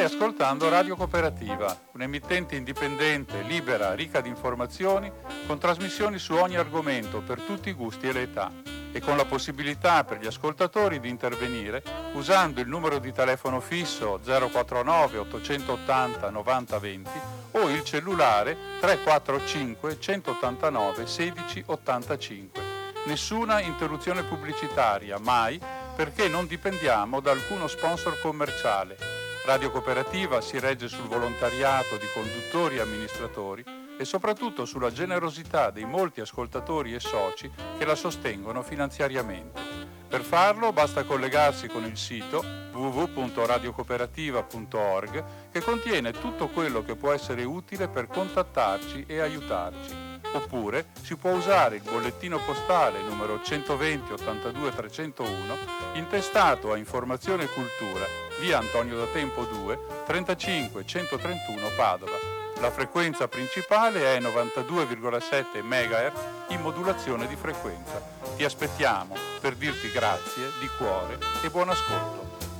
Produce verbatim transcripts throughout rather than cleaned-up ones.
Stai ascoltando Radio Cooperativa, un'emittente indipendente, libera, ricca di informazioni, con trasmissioni su ogni argomento per tutti i gusti e le età, e con la possibilità per gli ascoltatori di intervenire usando il numero di telefono fisso zero quattro nove ottocentottanta novanta venti o il cellulare tre quattro cinque centottantanove sedici ottantacinque. Nessuna interruzione pubblicitaria, mai, perché non dipendiamo da alcuno sponsor commerciale. Radio Cooperativa si regge sul volontariato di conduttori e amministratori e soprattutto sulla generosità dei molti ascoltatori e soci che la sostengono finanziariamente. Per farlo basta collegarsi con il sito w w w punto radiocooperativa punto org, che contiene tutto quello che può essere utile per contattarci e aiutarci. Oppure si può usare il bollettino postale numero centoventi ottantadue trecentouno, intestato a Informazione e Cultura, via Antonio da Tempo due, trentacinque centotrentuno Padova. La frequenza principale è novantadue virgola sette megahertz in modulazione di frequenza. Ti aspettiamo per dirti grazie di cuore e buon ascolto.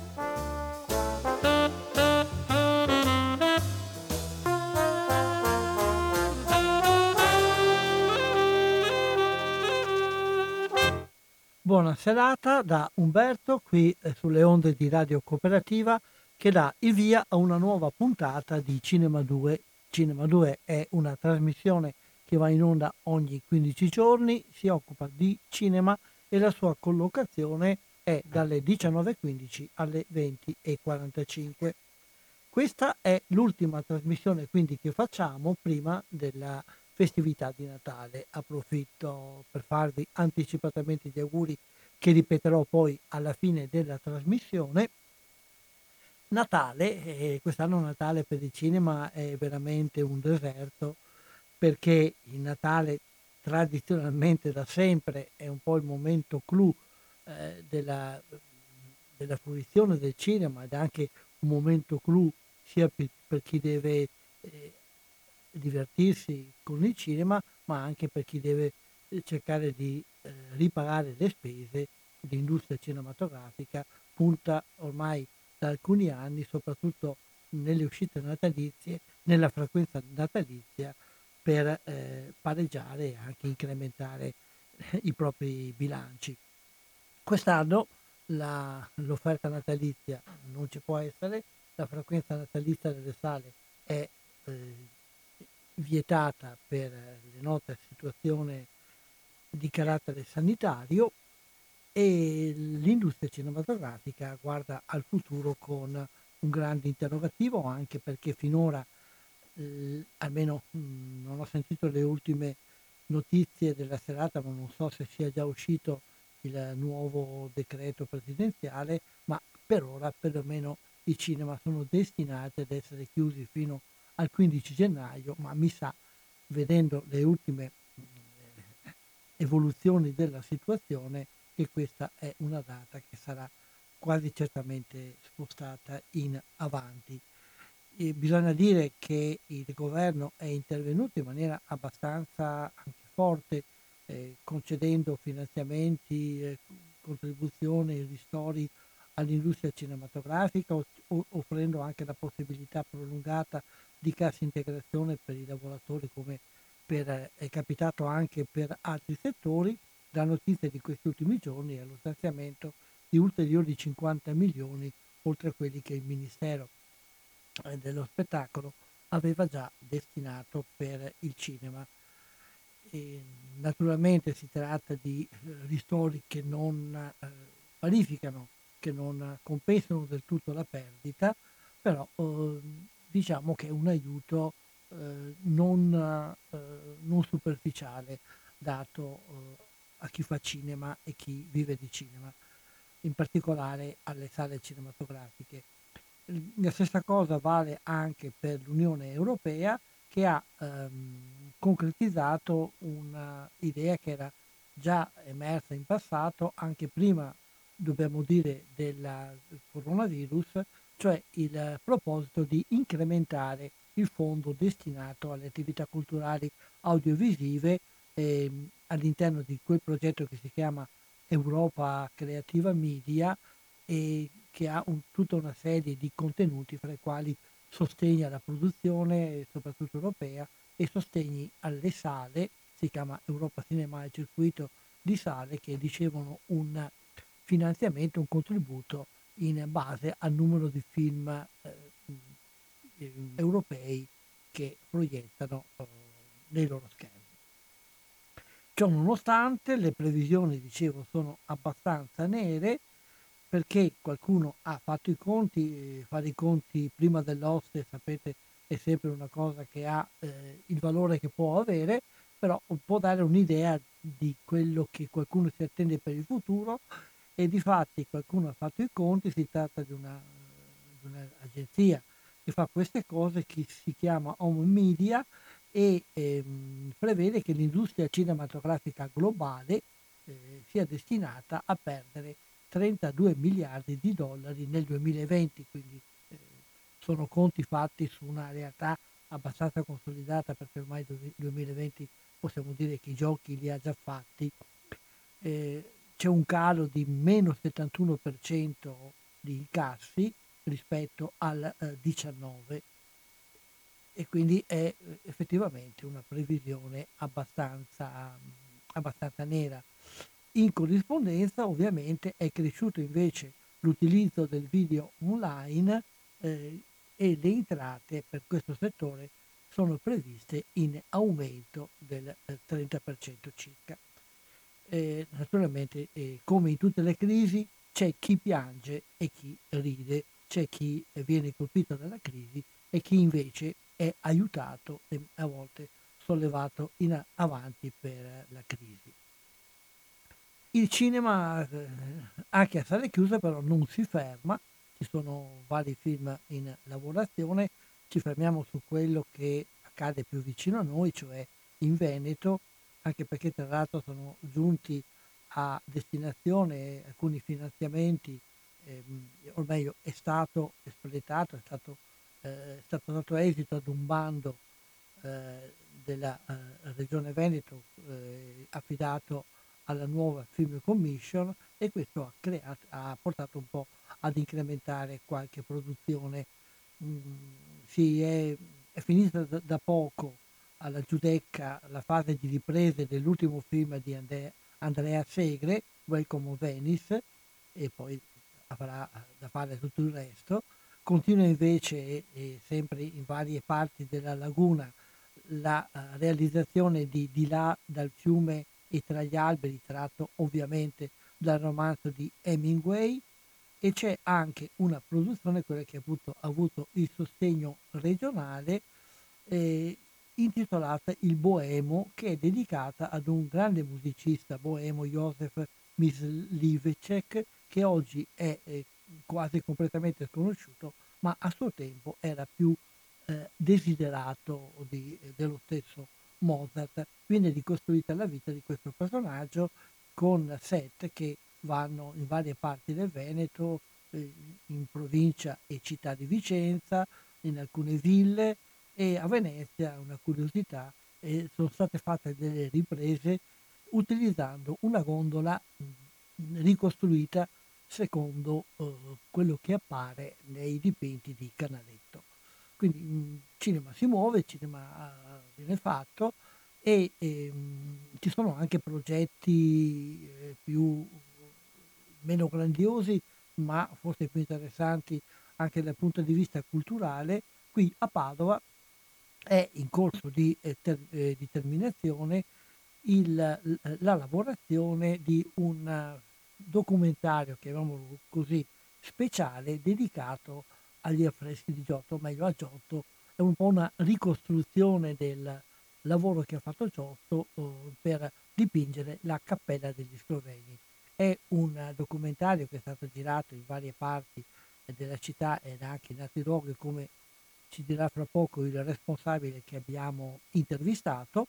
Buona serata da Umberto qui sulle onde di Radio Cooperativa, che dà il via a una nuova puntata di Cinema due. Cinema due è una trasmissione che va in onda ogni quindici giorni, si occupa di cinema e la sua collocazione è dalle diciannove e quindici alle venti e quarantacinque. Questa è l'ultima trasmissione quindi che facciamo prima della festività di Natale. Approfitto per farvi anticipatamente gli auguri, che ripeterò poi alla fine della trasmissione. Natale, eh, quest'anno Natale per il cinema è veramente un deserto, perché il Natale tradizionalmente da sempre è un po' il momento clou eh, della, della fruizione del cinema, ed anche un momento clou sia per, per chi deve eh, divertirsi con il cinema, ma anche per chi deve cercare di eh, ripagare le spese. L'industria cinematografica punta ormai da alcuni anni, soprattutto nelle uscite natalizie, nella frequenza natalizia, per eh, pareggiare e anche incrementare eh, i propri bilanci. Quest'anno la, l'offerta natalizia non ci può essere, la frequenza natalizia delle sale è eh, vietata per le note situazione di carattere sanitario, e l'industria cinematografica guarda al futuro con un grande interrogativo, anche perché finora eh, almeno mh, non ho sentito le ultime notizie della serata, ma non so se sia già uscito il nuovo decreto presidenziale, ma per ora perlomeno i cinema sono destinati ad essere chiusi fino al quindici gennaio, ma mi sa, vedendo le ultime eh, evoluzioni della situazione, che questa è una data che sarà quasi certamente spostata in avanti. E bisogna dire che il governo è intervenuto in maniera abbastanza anche forte, eh, concedendo finanziamenti, eh, contribuzioni, ristori all'industria cinematografica, o, o, offrendo anche la possibilità prolungata di cassa integrazione per i lavoratori, come per, è capitato anche per altri settori. La notizia di questi ultimi giorni è lo stanziamento di ulteriori cinquanta milioni, oltre a quelli che il Ministero dello Spettacolo aveva già destinato per il cinema. E naturalmente si tratta di ristori che non eh, parificano, che non compensano del tutto la perdita, però eh, diciamo che è un aiuto eh, non, eh, non superficiale dato eh, a chi fa cinema e chi vive di cinema, in particolare alle sale cinematografiche. La stessa cosa vale anche per l'Unione Europea, che ha ehm, concretizzato un'idea che era già emersa in passato, anche prima, dobbiamo dire, del coronavirus, cioè il proposito di incrementare il fondo destinato alle attività culturali audiovisive ehm, all'interno di quel progetto che si chiama Europa Creativa Media, e che ha un- tutta una serie di contenuti, fra i quali sostegni alla produzione, soprattutto europea, e sostegni alle sale, si chiama Europa Cinema, il circuito di sale che ricevono un finanziamento, un contributo in base al numero di film eh, eh, europei che proiettano eh, nei loro schermi. Ciò nonostante, le previsioni, dicevo, sono abbastanza nere, perché qualcuno ha fatto i conti. Eh, fare i conti prima dell'oste, sapete, è sempre una cosa che ha eh, il valore che può avere, però può dare un'idea di quello che qualcuno si attende per il futuro, e difatti qualcuno ha fatto i conti. Si tratta di una, di un'agenzia che fa queste cose, che si chiama Home Media, e ehm, prevede che l'industria cinematografica globale eh, sia destinata a perdere trentadue miliardi di dollari nel duemilaventi, quindi eh, sono conti fatti su una realtà abbastanza consolidata, perché ormai nel duemilaventi possiamo dire che i giochi li ha già fatti. Eh, c'è un calo di meno settantuno per cento di incassi rispetto al eh, diciannove, e quindi è eh, effettivamente una previsione abbastanza, abbastanza nera. In corrispondenza, ovviamente, è cresciuto invece l'utilizzo del video online, eh, e le entrate per questo settore sono previste in aumento del eh, trenta per cento circa. Eh, naturalmente, eh, come in tutte le crisi, c'è chi piange e chi ride, c'è chi eh, viene colpito dalla crisi e chi invece è aiutato e a volte sollevato in avanti per la crisi. Il cinema, eh, anche a sale chiuse, però non si ferma, ci sono vari film in lavorazione. Ci fermiamo su quello che accade più vicino a noi, cioè in Veneto, anche perché tra l'altro sono giunti a destinazione alcuni finanziamenti. Ehm, o meglio, è stato espletato, è stato, eh, è stato dato esito ad un bando eh, della eh, Regione Veneto, eh, affidato alla nuova Film Commission, e questo ha, creato, ha portato un po' ad incrementare qualche produzione. Mm, si è, è finita da, da poco alla Giudecca la fase di riprese dell'ultimo film di Ande- Andrea Segre, Welcome to Venice, e poi avrà da fare tutto il resto. Continua invece, eh, sempre in varie parti della laguna, la eh, realizzazione di Di là dal fiume e tra gli alberi, tratto ovviamente dal romanzo di Hemingway. E c'è anche una produzione, quella che ha avuto, ha avuto il sostegno regionale, eh, intitolata Il Boemo, che è dedicata ad un grande musicista boemo, Josef Myslivecek, che oggi è eh, quasi completamente sconosciuto, ma a suo tempo era più eh, desiderato di- dello stesso Mozart. Viene ricostruita la vita di questo personaggio con set che vanno in varie parti del Veneto, eh, in provincia e città di Vicenza, in alcune ville, e a Venezia, una curiosità, eh, sono state fatte delle riprese utilizzando una gondola mh, ricostruita secondo eh, quello che appare nei dipinti di Canaletto. Quindi il cinema si muove, il cinema ah, viene fatto, e ehm, ci sono anche progetti eh, più meno grandiosi, ma forse più interessanti anche dal punto di vista culturale. Qui a Padova è in corso di, eh, ter- eh, di terminazione il- l- la lavorazione di un eh, documentario, chiamiamolo così, speciale, dedicato agli affreschi di Giotto, o meglio a Giotto. È un po' una ricostruzione del lavoro che ha fatto Giotto eh, per dipingere la Cappella degli Scrovegni. È un eh, documentario che è stato girato in varie parti eh, della città ed anche in altri luoghi, come ci dirà fra poco il responsabile che abbiamo intervistato,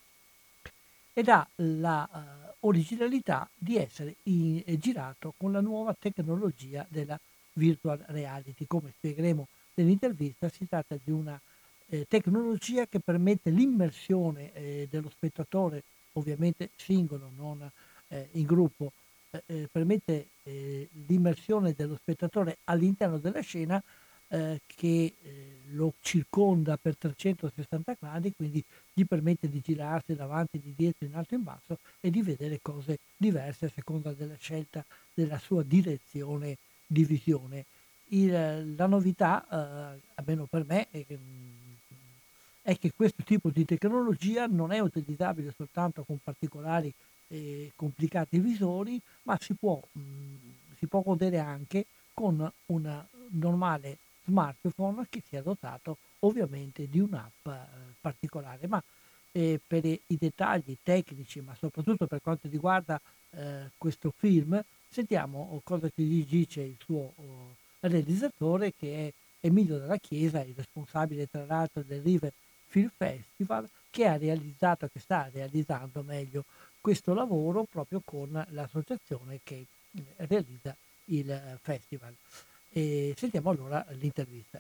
ed ha la eh, originalità di essere in- eh, girato con la nuova tecnologia della virtual reality. Come spiegheremo nell'intervista, si tratta di una eh, tecnologia che permette l'immersione eh, dello spettatore, ovviamente singolo, non eh, in gruppo, eh, permette eh, l'immersione dello spettatore all'interno della scena eh, che eh, lo circonda per trecentosessanta gradi, quindi gli permette di girarsi davanti, di dietro, in alto e in basso e di vedere cose diverse a seconda della scelta della sua direzione di visione. Il- la novità, eh, almeno per me, è che, mm, è che questo tipo di tecnologia non è utilizzabile soltanto con particolari e complicati visori, ma si può, mh, si può godere anche con un normale smartphone che sia dotato ovviamente di un'app eh, particolare. Ma eh, per i, i dettagli tecnici, ma soprattutto per quanto riguarda eh, questo film, sentiamo cosa ci dice il suo oh, realizzatore, che è Emilio Dalla Chiesa, il responsabile tra l'altro del River Film Festival, che ha realizzato, che sta realizzando meglio, questo lavoro proprio con l'associazione che eh, realizza il eh, festival. E sentiamo allora l'intervista.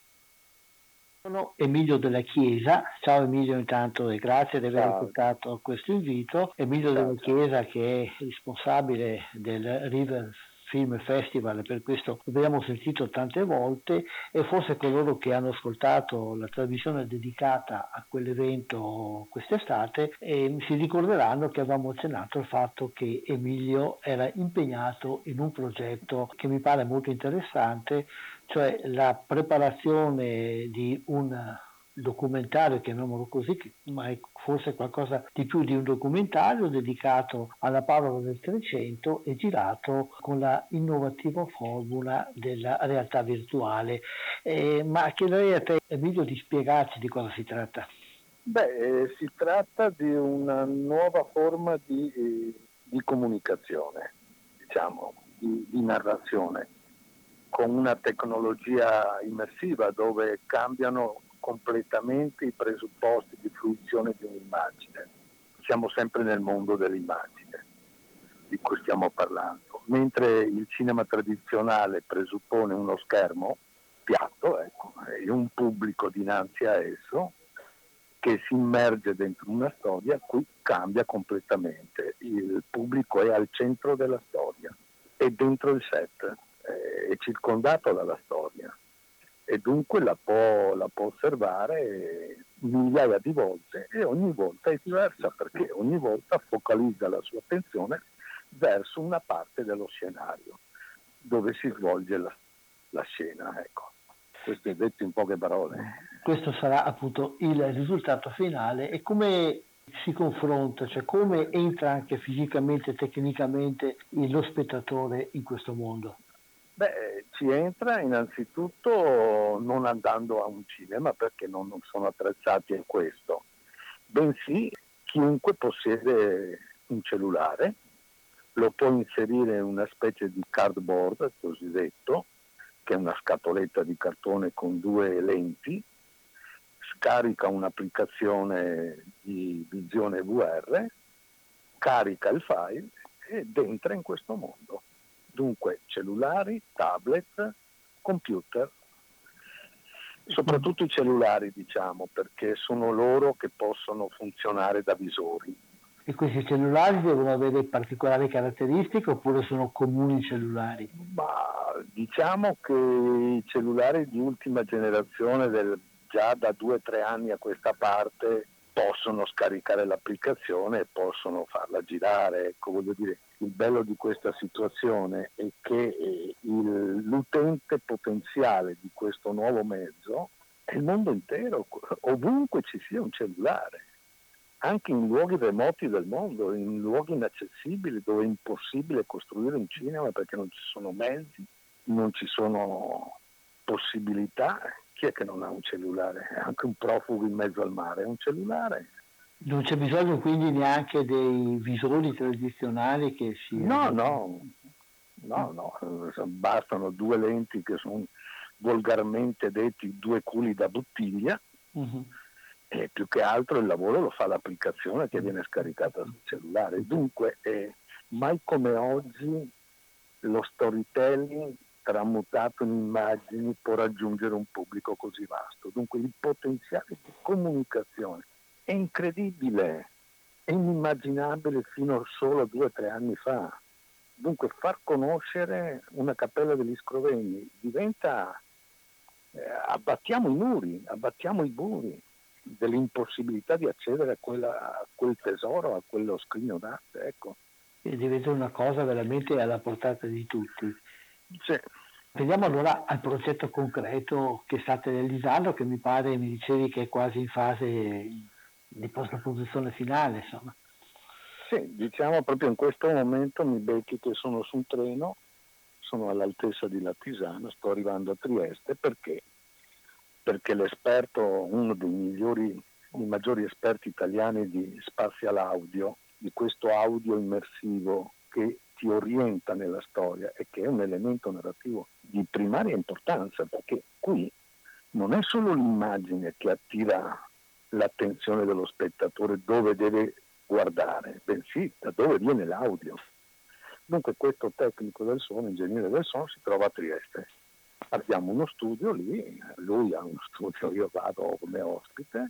Sono Emilio Della Chiesa. Ciao Emilio, intanto, e grazie di aver Ciao. accettato questo invito. Emilio Ciao, Della ciao. Chiesa, che è responsabile del River Film Festival, per questo l'abbiamo sentito tante volte, e forse coloro che hanno ascoltato la trasmissione dedicata a quell'evento quest'estate eh, si ricorderanno che avevamo accennato al fatto che Emilio era impegnato in un progetto che mi pare molto interessante, cioè la preparazione di un documentario, chiamiamolo così, ma è forse qualcosa di più di un documentario, dedicato alla parola del Trecento e girato con la innovativa formula della realtà virtuale. Eh, ma chiederei a te, Emilio, di spiegarci di cosa si tratta. Beh, eh, si tratta di una nuova forma di, eh, di comunicazione, diciamo, di, di narrazione, con una tecnologia immersiva dove cambiano completamente i presupposti di fruizione di un'immagine. Siamo sempre nel mondo dell'immagine di cui stiamo parlando, mentre il cinema tradizionale presuppone uno schermo piatto, ecco, e un pubblico dinanzi a esso che si immerge dentro una storia, qui cambia completamente. Il pubblico è al centro della storia, è dentro il set, è circondato dalla storia e dunque la può, la può osservare migliaia di volte, e ogni volta è diversa perché ogni volta focalizza la sua attenzione verso una parte dello scenario dove si svolge la, la scena. Ecco. Questo è detto in poche parole. Questo sarà appunto il risultato finale. E come si confronta, cioè come entra anche fisicamente e tecnicamente lo spettatore in questo mondo? Beh, ci entra innanzitutto non andando a un cinema, perché non, non sono attrezzati a questo, bensì chiunque possiede un cellulare lo può inserire in una specie di cardboard cosiddetto, che è una scatoletta di cartone con due lenti, scarica un'applicazione di visione V R, carica il file ed entra in questo mondo. Dunque cellulari, tablet, computer, soprattutto i cellulari, diciamo, perché sono loro che possono funzionare da visori. E questi cellulari devono avere particolari caratteristiche oppure sono comuni cellulari? Ma diciamo che i cellulari di ultima generazione, del, già da due o tre anni a questa parte, possono scaricare l'applicazione e possono farla girare. Ecco, voglio dire, il bello di questa situazione è che eh, il, l'utente potenziale di questo nuovo mezzo è il mondo intero, ovunque ci sia un cellulare, anche in luoghi remoti del mondo, in luoghi inaccessibili dove è impossibile costruire un cinema perché non ci sono mezzi, non ci sono possibilità. Chi è che non ha un cellulare? Anche un profugo in mezzo al mare ha un cellulare. Non c'è bisogno quindi neanche dei visori tradizionali che si... No, no, no, no, bastano due lenti che sono volgarmente detti due culi da bottiglia. Uh-huh. E più che altro il lavoro lo fa l'applicazione che viene scaricata sul cellulare. Dunque eh, mai come oggi lo storytelling tramutato in immagini può raggiungere un pubblico così vasto. Dunque il potenziale di comunicazione è incredibile, è inimmaginabile fino solo a due o tre anni fa. Dunque far conoscere una Cappella degli Scrovegni diventa, eh, abbattiamo i muri, abbattiamo i muri dell'impossibilità di accedere a, quella, a quel tesoro, a quello scrigno d'arte, ecco. E diventa una cosa veramente alla portata di tutti. Sì. Vediamo allora al progetto concreto che state realizzando, che mi pare, mi dicevi che è quasi in fase di post-produzione finale, insomma. Sì, diciamo proprio in questo momento mi becchi che sono su un treno, sono all'altezza di Latisano, sto arrivando a Trieste perché, perché l'esperto, uno dei migliori, i maggiori esperti italiani di spatial audio, di questo audio immersivo che ti orienta nella storia e che è un elemento narrativo di primaria importanza, perché qui non è solo l'immagine che attira l'attenzione dello spettatore dove deve guardare, bensì da dove viene l'audio. Dunque questo tecnico del suono, ingegnere del suono, si trova a Trieste. Abbiamo uno studio lì, lui ha uno studio, io vado come ospite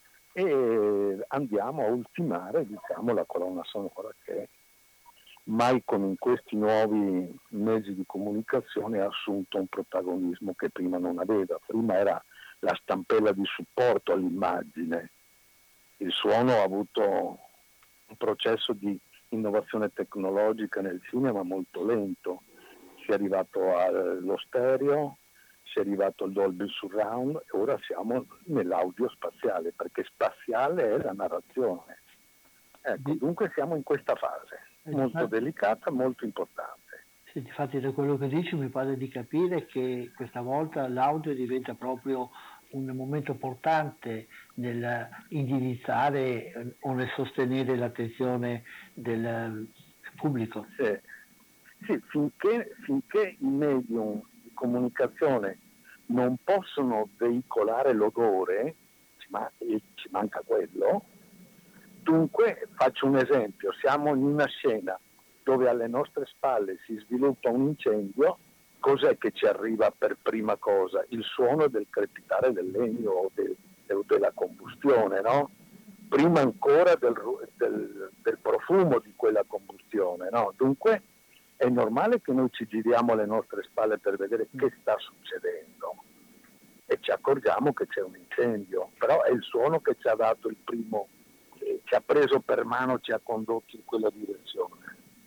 e andiamo a ultimare, diciamo, la colonna sonora che mai come in questi nuovi mezzi di comunicazione ha assunto un protagonismo che prima non aveva. Prima era la stampella di supporto all'immagine. Il suono ha avuto un processo di innovazione tecnologica nel cinema molto lento. Si è arrivato allo stereo, si è arrivato al Dolby Surround e ora siamo nell'audio spaziale, perché spaziale è la narrazione. Ecco, dunque siamo in questa fase molto delicata, molto importante. Sì, infatti da quello che dici mi pare di capire che questa volta l'audio diventa proprio un momento importante nel indirizzare o nel sostenere l'attenzione del pubblico. Sì, sì, finché, finché i medium di comunicazione non possono veicolare l'odore, ma ci manca quello. Dunque, faccio un esempio, siamo in una scena dove alle nostre spalle si sviluppa un incendio, cos'è che ci arriva per prima cosa? Il suono del crepitare del legno o del, della combustione, no? Prima ancora del, del, del profumo di quella combustione, no? Dunque è normale che noi ci giriamo alle nostre spalle per vedere che sta succedendo e ci accorgiamo che c'è un incendio, però è il suono che ci ha dato il primo, ci ha preso per mano, ci ha condotto in quella direzione.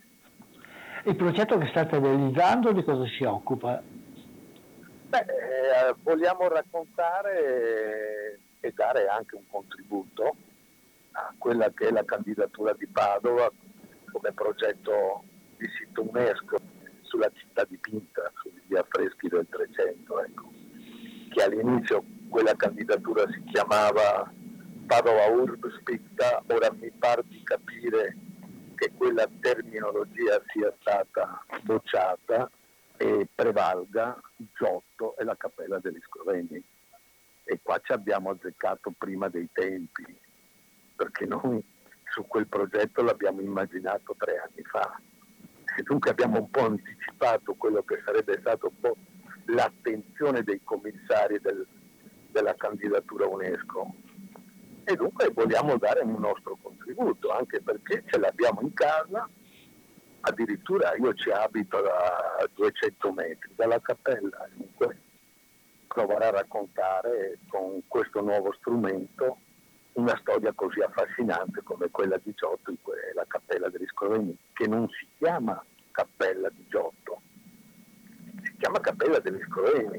Il progetto che state realizzando di cosa si occupa? Beh, eh, vogliamo raccontare e dare anche un contributo a quella che è la candidatura di Padova come progetto di sito UNESCO sulla città dipinta, sugli affreschi del Trecento, ecco. Che all'inizio quella candidatura si chiamava Padova Urbs Picta, ora mi par di capire che quella terminologia sia stata bocciata e prevalga Giotto e la Cappella degli Scrovegni. E qua ci abbiamo azzeccato prima dei tempi, perché noi su quel progetto l'abbiamo immaginato tre anni fa. E dunque abbiamo un po' anticipato quello che sarebbe stato un po' l'attenzione dei commissari del, della candidatura UNESCO. E dunque vogliamo dare un nostro contributo, anche perché ce l'abbiamo in casa, addirittura io ci abito a duecento metri dalla cappella, dunque provare a raccontare con questo nuovo strumento una storia così affascinante come quella di Giotto, la Cappella degli Scrovegni, che non si chiama Cappella di Giotto, si chiama Cappella degli Scrovegni.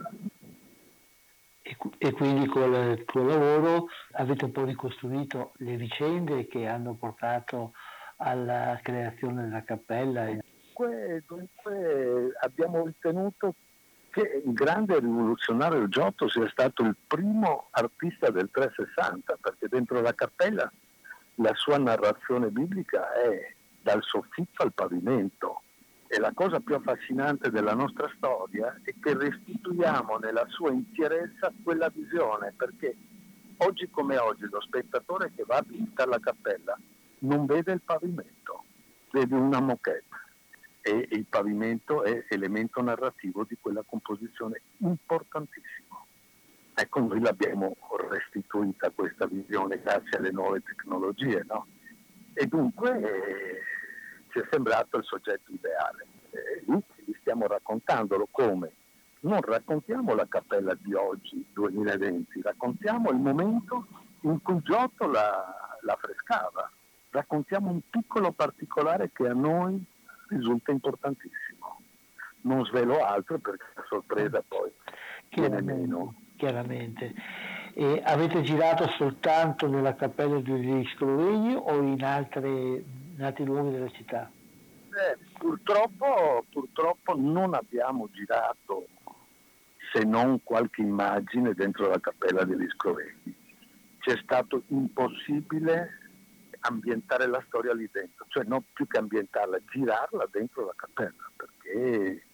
E quindi con il tuo lavoro avete un po' ricostruito le vicende che hanno portato alla creazione della cappella. Dunque, dunque abbiamo ritenuto che il grande rivoluzionario Giotto sia stato il primo artista del trecentosessanta, perché dentro la cappella la sua narrazione biblica è dal soffitto al pavimento. E la cosa più affascinante della nostra storia è che restituiamo nella sua intierezza quella visione, perché oggi come oggi lo spettatore che va a visitare la cappella non vede il pavimento, vede una moquette e il pavimento è elemento narrativo di quella composizione importantissimo. Ecco, noi l'abbiamo restituita questa visione grazie alle nuove tecnologie, no? E dunque... Eh, ci è sembrato il soggetto ideale. E lì gli stiamo raccontandolo come? Non raccontiamo la cappella di oggi, duemilaventi, raccontiamo il momento in cui Giotto la, la affrescava, raccontiamo un piccolo particolare che a noi risulta importantissimo. Non svelo altro perché la sorpresa poi viene meno. Chiaramente. E avete girato soltanto nella cappella degli Scrovegni o in, altre, in altri luoghi della città? Eh, purtroppo, purtroppo non abbiamo girato se non qualche immagine dentro la cappella degli Scrovegni. C'è stato impossibile ambientare la storia lì dentro, cioè non più che ambientarla, girarla dentro la cappella, perché,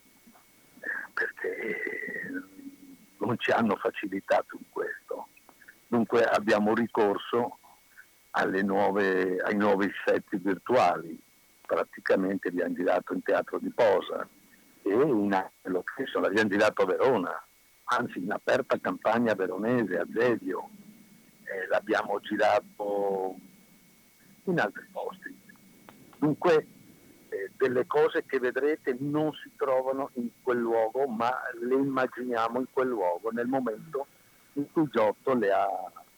perché non ci hanno facilitato in questo. Dunque abbiamo ricorso alle nuove, ai nuovi set virtuali, praticamente abbiamo girato in Teatro di Posa e in altre location, l'abbiamo girato a Verona, anzi in aperta campagna veronese, a Zevio, eh, l'abbiamo girato in altri posti. Dunque eh, delle cose che vedrete non si trovano in quel luogo, ma le immaginiamo in quel luogo nel momento in cui Giotto le ha,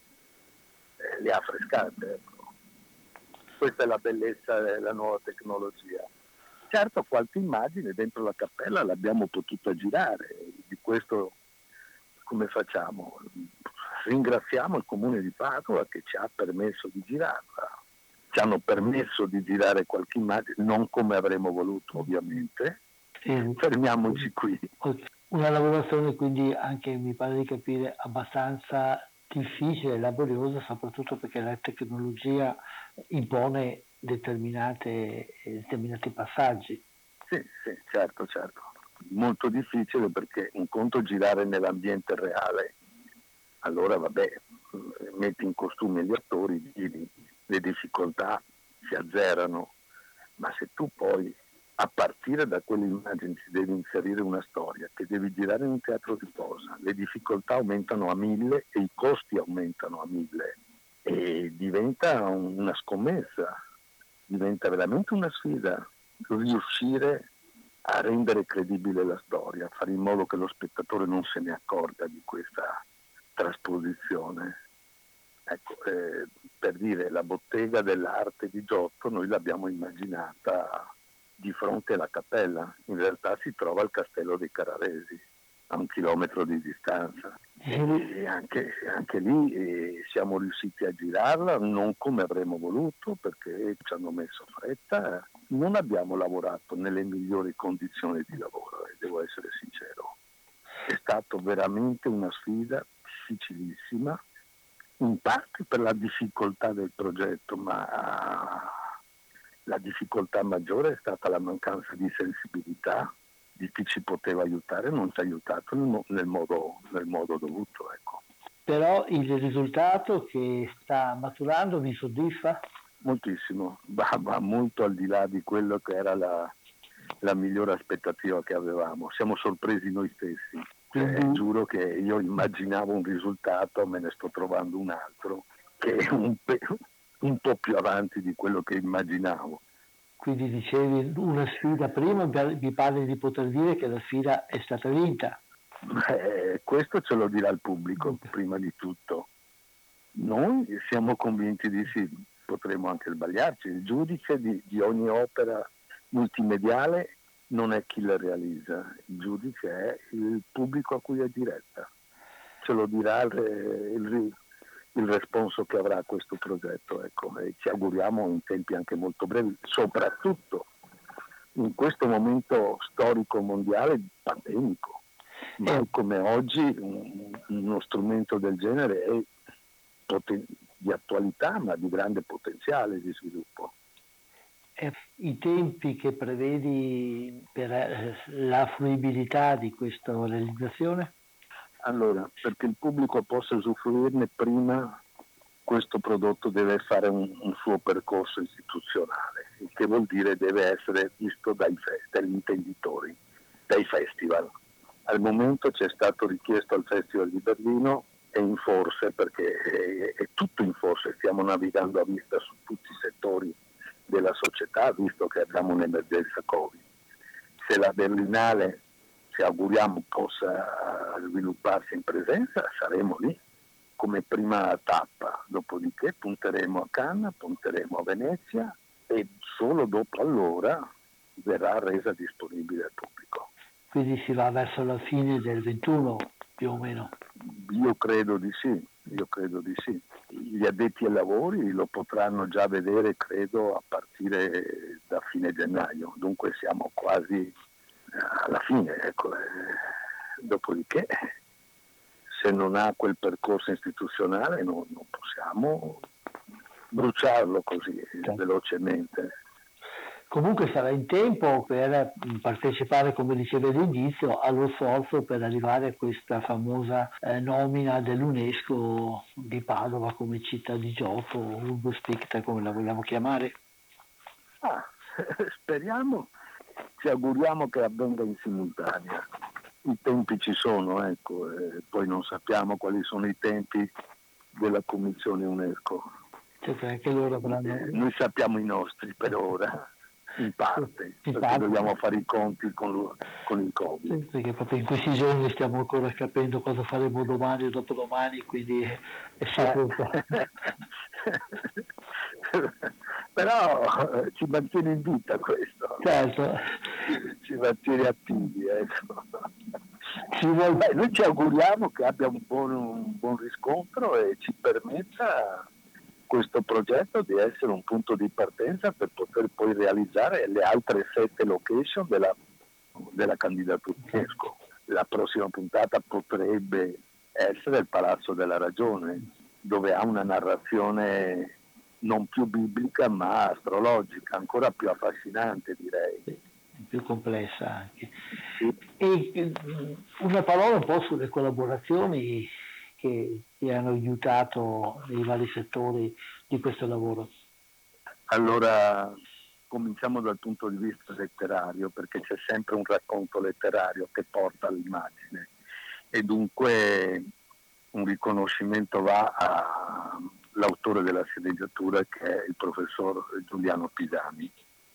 eh, le ha affrescate. Ecco. Questa è la bellezza della nuova tecnologia. Certo, qualche immagine dentro la cappella l'abbiamo potuta girare, di questo come facciamo? Ringraziamo il comune di Padova che ci ha permesso di girarla. Ci hanno permesso di girare qualche immagine, non come avremmo voluto ovviamente. Sì. Fermiamoci qui. Una lavorazione quindi anche, mi pare di capire, abbastanza difficile e laboriosa, soprattutto perché la tecnologia impone determinate, determinati passaggi. Sì, sì, certo, certo. Molto difficile perché un conto girare nell'ambiente reale, allora vabbè, metti in costume gli attori, giri, le difficoltà si azzerano, ma se tu poi a partire da quelle immagini ci devi inserire una storia che devi girare in un teatro di posa, le difficoltà aumentano a mille e i costi aumentano a mille e diventa una scommessa, diventa veramente una sfida riuscire a rendere credibile la storia, fare in modo che lo spettatore non se ne accorga di questa trasposizione. Ecco, eh, per dire, la bottega dell'arte di Giotto noi l'abbiamo immaginata di fronte alla cappella, in realtà si trova al castello dei Carraresi, a un chilometro di distanza. E anche, anche lì eh, siamo riusciti a girarla, non come avremmo voluto perché ci hanno messo fretta, non abbiamo lavorato nelle migliori condizioni di lavoro, eh, devo essere sincero. È stata veramente una sfida difficilissima, in parte per la difficoltà del progetto, ma la difficoltà maggiore è stata la mancanza di sensibilità di chi ci poteva aiutare, non ci ha aiutato nel, nel, modo, nel modo dovuto. Ecco. Però il risultato che sta maturando vi soddisfa? Moltissimo, va, va molto al di là di quello che era la, la migliore aspettativa che avevamo. Siamo sorpresi noi stessi. Cioè, mm-hmm. Giuro che io immaginavo un risultato, me ne sto trovando un altro che è un, pe- un po' più avanti di quello che immaginavo. Quindi dicevi una sfida prima, mi pare di poter dire che la sfida è stata vinta. Beh, questo ce lo dirà il pubblico prima di tutto. Noi siamo convinti di sì, potremo anche sbagliarci. Il giudice di, di ogni opera multimediale non è chi la realizza, il giudice è il pubblico a cui è diretta. Ce lo dirà il, il, il responso che avrà questo progetto, ecco, e ci auguriamo in tempi anche molto brevi, soprattutto in questo momento storico mondiale pandemico. Ma eh. come oggi un, uno strumento del genere è poten- di attualità, ma di grande potenziale di sviluppo. I tempi che prevedi per la fruibilità di questa realizzazione? Allora, perché il pubblico possa usufruirne prima, questo prodotto deve fare un, un suo percorso istituzionale, il che vuol dire deve essere visto dai, dagli intenditori, dai festival. Al momento ci è stato richiesto al Festival di Berlino, è in forse perché è, è tutto in forse, stiamo navigando a vista su tutti i settori della società, visto che abbiamo un'emergenza Covid. Se la Berlinale, ci auguriamo, possa svilupparsi in presenza, saremo lì come prima tappa, dopodiché punteremo a Cannes, punteremo a Venezia e solo dopo allora verrà resa disponibile al pubblico. Quindi si va verso la fine del ventuno più o meno? Io credo di sì, io credo di sì. Gli addetti ai lavori lo potranno già vedere, credo, a partire da fine gennaio, dunque siamo quasi alla fine, ecco. Dopodiché, se non ha quel percorso istituzionale non, non possiamo bruciarlo così certo. velocemente. Comunque sarà in tempo per partecipare, come diceva all'inizio, allo sforzo per arrivare a questa famosa eh, nomina dell'UNESCO di Padova come città di gioco, Urbus Picta, come la vogliamo chiamare. Ah, speriamo, ci auguriamo che avvenga in simultanea. I tempi ci sono, ecco, e poi non sappiamo quali sono i tempi della Commissione UNESCO. Certo, anche loro avranno... eh, noi sappiamo i nostri per ora. In parte, in perché parte. dobbiamo fare i conti con, lo, con il Covid. Sì, perché proprio in questi giorni stiamo ancora capendo cosa faremo domani o dopodomani, quindi è sempre eh. Però eh, ci mantiene in vita questo. Certo. Ci, ci mantiene attivi, ecco. Ci vuol... Beh, noi ci auguriamo che abbia un buon, un buon riscontro e ci permetta questo progetto di essere un punto di partenza per poter poi realizzare le altre sette location della, della candidatura UNESCO. La prossima puntata potrebbe essere il Palazzo della Ragione, dove ha una narrazione non più biblica ma astrologica, ancora più affascinante, direi. Sì, più complessa anche. Sì. E una parola un po' sulle collaborazioni che ti hanno aiutato nei vari settori di questo lavoro? Allora, cominciamo dal punto di vista letterario, perché c'è sempre un racconto letterario che porta all'immagine e dunque un riconoscimento va all'autore della sceneggiatura, che è il professor Giuliano Pisani,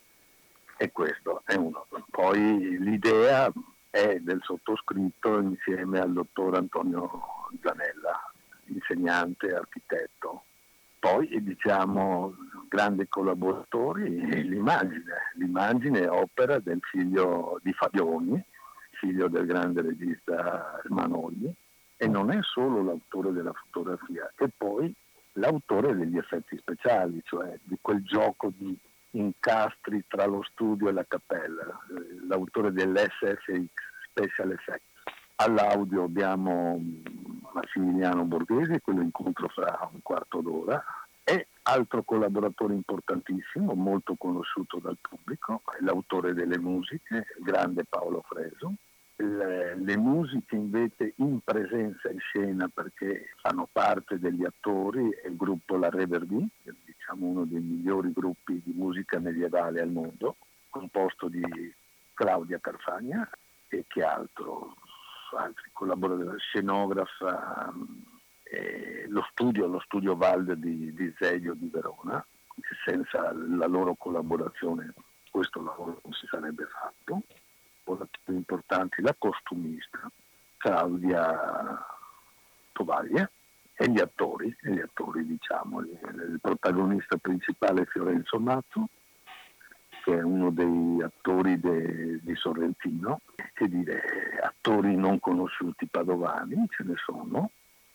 e questo è uno. Poi l'idea è del sottoscritto insieme al dottor Antonio Zanella, insegnante, architetto. Poi diciamo grandi collaboratori, l'immagine, l'immagine è opera del figlio di Fabioni, figlio del grande regista Manogli, e non è solo l'autore della fotografia, è poi l'autore degli effetti speciali, cioè di quel gioco di incastri tra lo studio e la cappella, l'autore dell'S F X, Special Effects. All'audio abbiamo Massimiliano Borghesi, quello incontro fra un quarto d'ora, e altro collaboratore importantissimo, molto conosciuto dal pubblico, è l'autore delle musiche, il grande Paolo Fresu. Le, le musiche invece in presenza in scena, perché fanno parte degli attori, è il gruppo La Reverbie, diciamo uno dei migliori gruppi di musica medievale al mondo, composto di Claudia Carfagna e che altro, altri collaboratori, scenografa, eh, lo studio, lo studio Valde di, di Zeglio di Verona. Senza la loro collaborazione questo lavoro non si sarebbe fatto. Collaboratori importanti, la costumista Claudia Tovaglia e gli attori, e gli attori diciamo, il protagonista principale è Fiorenzo Matto, che è uno dei attori de, di Sorrentino, che dire, attori non conosciuti padovani, ce ne sono,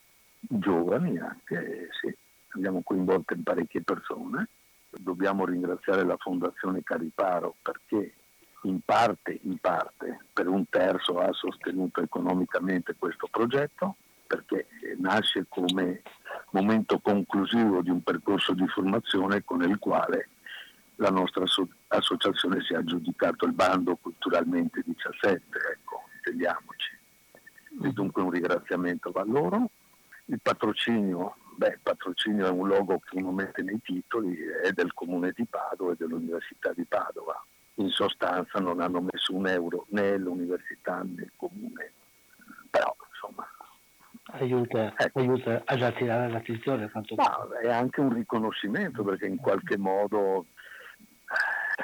giovani anche, sì, abbiamo coinvolto in parecchie persone. Dobbiamo ringraziare la Fondazione Cariparo perché in parte, in parte, per un terzo ha sostenuto economicamente questo progetto, perché nasce come momento conclusivo di un percorso di formazione con il quale la nostra associazione si è aggiudicato il bando Culturalmente diciassette, ecco, intendiamoci. E dunque un ringraziamento va a loro. Il patrocinio, beh, il patrocinio è un logo che uno mette nei titoli, è del Comune di Padova e dell'Università di Padova. In sostanza non hanno messo un euro né l'università né il Comune, però insomma... Aiuta, ecco. aiuta ad attirare l'attenzione. Quanto... No, è anche un riconoscimento, perché in qualche modo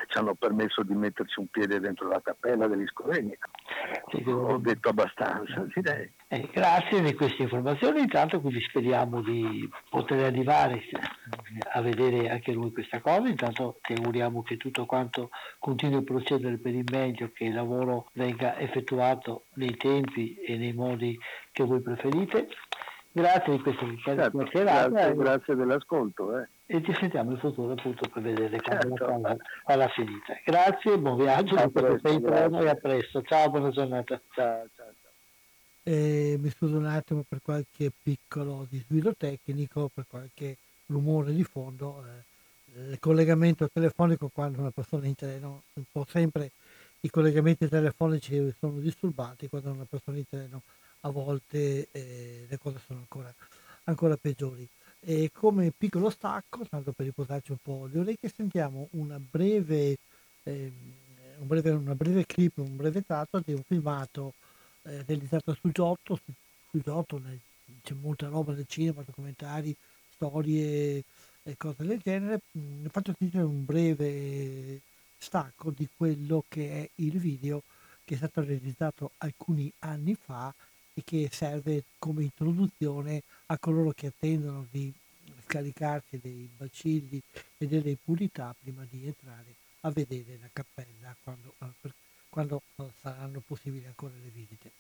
ci hanno permesso di metterci un piede dentro la cappella degli Scrovegni. Ho detto abbastanza, direi. Eh, grazie di queste informazioni, intanto quindi speriamo di poter arrivare a vedere anche noi questa cosa, intanto ti auguriamo che tutto quanto continui a procedere per il meglio, che il lavoro venga effettuato nei tempi e nei modi che voi preferite. Grazie di questa certo, chiacchierata. Grazie, grazie dell'ascolto. Eh. E ti sentiamo in futuro appunto per vedere quando certo. la alla finita. Grazie, buon viaggio, a presto, e a presto. Ciao, buona giornata. Ciao, ciao, ciao. Eh, mi scuso un attimo per qualche piccolo disguido tecnico, per qualche rumore di fondo. Eh, il collegamento telefonico, quando una persona è in treno, un po' sempre i collegamenti telefonici sono disturbati, quando una persona è in treno a volte eh, le cose sono ancora, ancora peggiori. E come piccolo stacco, tanto per riposarci un po' le orecchie, sentiamo una breve, eh, un breve, una breve clip, un breve tratto di un filmato eh, realizzato su Giotto. Su, su Giotto ne- c'è molta roba nel cinema, documentari, storie e cose del genere. Mm, faccio sentire un breve stacco di quello che è il video che è stato realizzato alcuni anni fa e che serve come introduzione a coloro che attendono di scaricarsi dei bacilli e delle impurità prima di entrare a vedere la cappella quando, eh, per- quando eh, saranno possibili ancora le visite.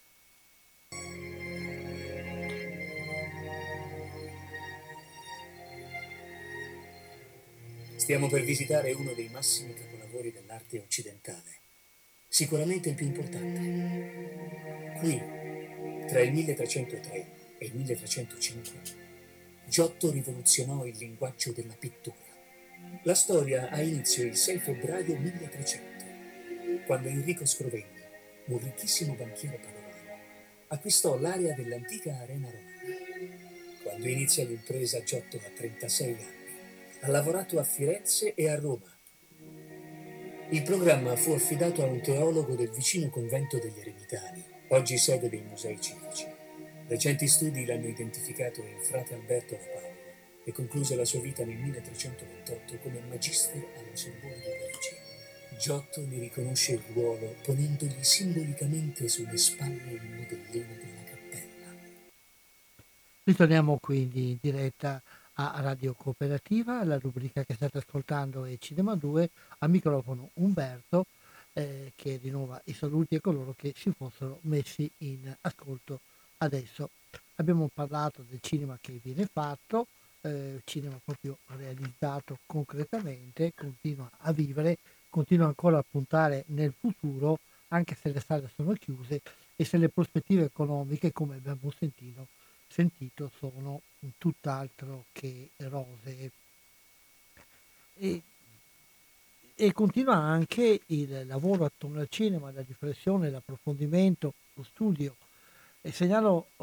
Stiamo per visitare uno dei massimi capolavori dell'arte occidentale, sicuramente il più importante. Qui, tra il milletrecentotre e il milletrecentocinque, Giotto rivoluzionò il linguaggio della pittura. La storia ha inizio il sei febbraio milletrecento, quando Enrico Scrovegni, un ricchissimo banchiere padovano, acquistò l'area dell'antica Arena Romana. Quando inizia l'impresa, Giotto ha trentasei anni. Ha lavorato a Firenze e a Roma. Il programma fu affidato a un teologo del vicino convento degli Eremitani, oggi sede dei musei civici. Recenti studi l'hanno identificato in frate Alberto da Padova e concluse la sua vita nel milletrecentoventotto come magister alla Sorbona di Parigi. Giotto ne riconosce il ruolo ponendogli simbolicamente sulle spalle il modellino della cappella. Ritorniamo quindi in diretta a Radio Cooperativa, la rubrica che state ascoltando è Cinema due, a microfono Umberto, eh, che rinnova i saluti a coloro che si fossero messi in ascolto adesso. Abbiamo parlato del cinema che viene fatto, eh, cinema proprio realizzato concretamente, continua a vivere, continua ancora a puntare nel futuro, anche se le sale sono chiuse e se le prospettive economiche, come abbiamo sentito, sentito sono tutt'altro che rosee. E, e continua anche il lavoro attorno al cinema, la riflessione, l'approfondimento, lo studio. E segnalo uh,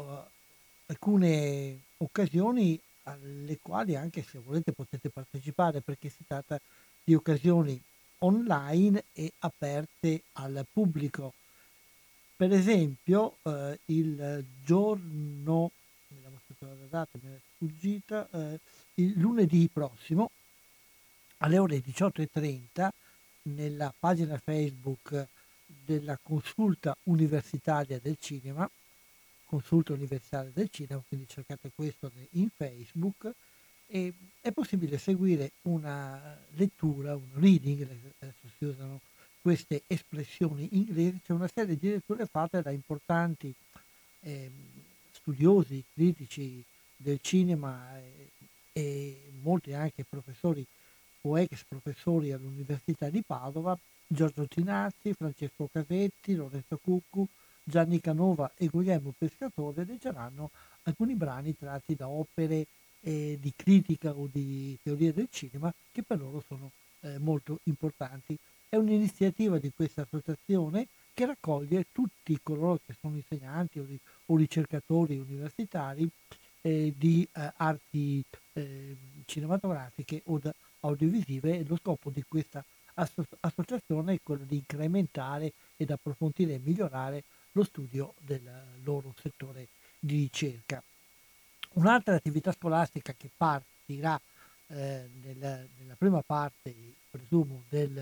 alcune occasioni alle quali, anche se volete, potete partecipare, perché si tratta di occasioni online e aperte al pubblico. Per esempio, eh, il giorno, vediamo se la data mi è sfuggita, eh, il lunedì prossimo alle ore diciotto e trenta nella pagina Facebook della Consulta Universitaria del Cinema, Consulta Universitaria del Cinema, quindi cercate questo in Facebook, e è possibile seguire una lettura, un reading, adesso si usano queste espressioni inglesi. C'è una serie di letture fatte da importanti eh, studiosi, critici del cinema eh, e molti anche professori o ex professori all'Università di Padova: Giorgio Tinazzi, Francesco Casetti, Lorenzo Cuccu, Gianni Canova e Guglielmo Pescatore leggeranno alcuni brani tratti da opere eh, di critica o di teoria del cinema che per loro sono eh, molto importanti. È un'iniziativa di questa associazione che raccoglie tutti coloro che sono insegnanti o, di, o ricercatori universitari eh, di eh, arti eh, cinematografiche o da, audiovisive, e lo scopo di questa asso- associazione è quello di incrementare ed approfondire e migliorare lo studio del loro settore di ricerca. Un'altra attività scolastica che partirà eh, nel, nella prima parte, presumo, del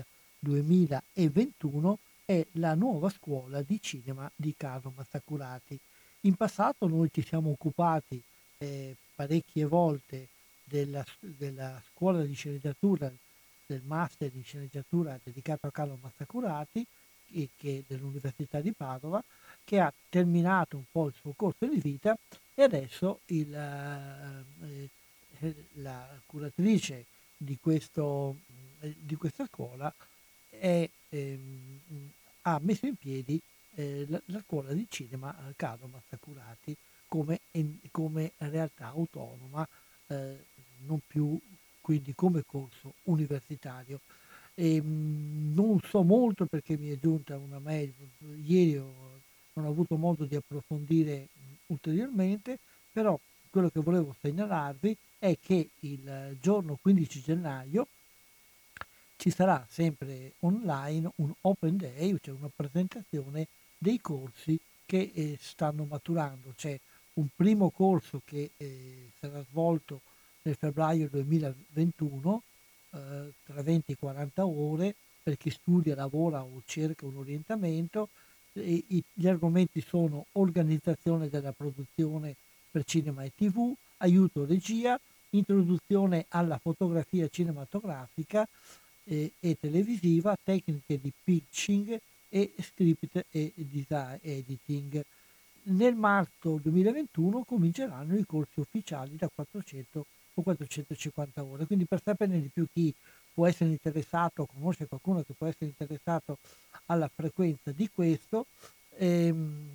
duemilaventuno è la nuova scuola di cinema di Carlo Mazzacurati. In passato noi ci siamo occupati eh, parecchie volte della, della scuola di sceneggiatura, del master di sceneggiatura dedicato a Carlo Mazzacurati, che, che dell'Università di Padova, che ha terminato un po' il suo corso di vita e adesso il, eh, la curatrice di, questo, eh, di questa scuola è, ehm, ha messo in piedi eh, la, la scuola di cinema Carlo Mazzacurati come, in, come realtà autonoma, eh, non più quindi come corso universitario. E, mh, non so molto perché mi è giunta una mail ieri, ho, non ho avuto modo di approfondire mh, ulteriormente, però quello che volevo segnalarvi è che il giorno quindici gennaio ci sarà sempre online un open day, cioè una presentazione dei corsi che eh, stanno maturando. C'è un primo corso che eh, sarà svolto nel febbraio duemilaventuno, eh, tra venti e quaranta ore, per chi studia, lavora o cerca un orientamento. E, i, gli argomenti sono organizzazione della produzione per cinema e tv, aiuto regia, introduzione alla fotografia cinematografica e, e televisiva, tecniche di pitching e script e design editing. Nel marzo duemilaventuno cominceranno i corsi ufficiali da quattrocento o quattrocentocinquanta ore, quindi per saperne di più chi può essere interessato, conosce qualcuno che può essere interessato alla frequenza di questo, ehm,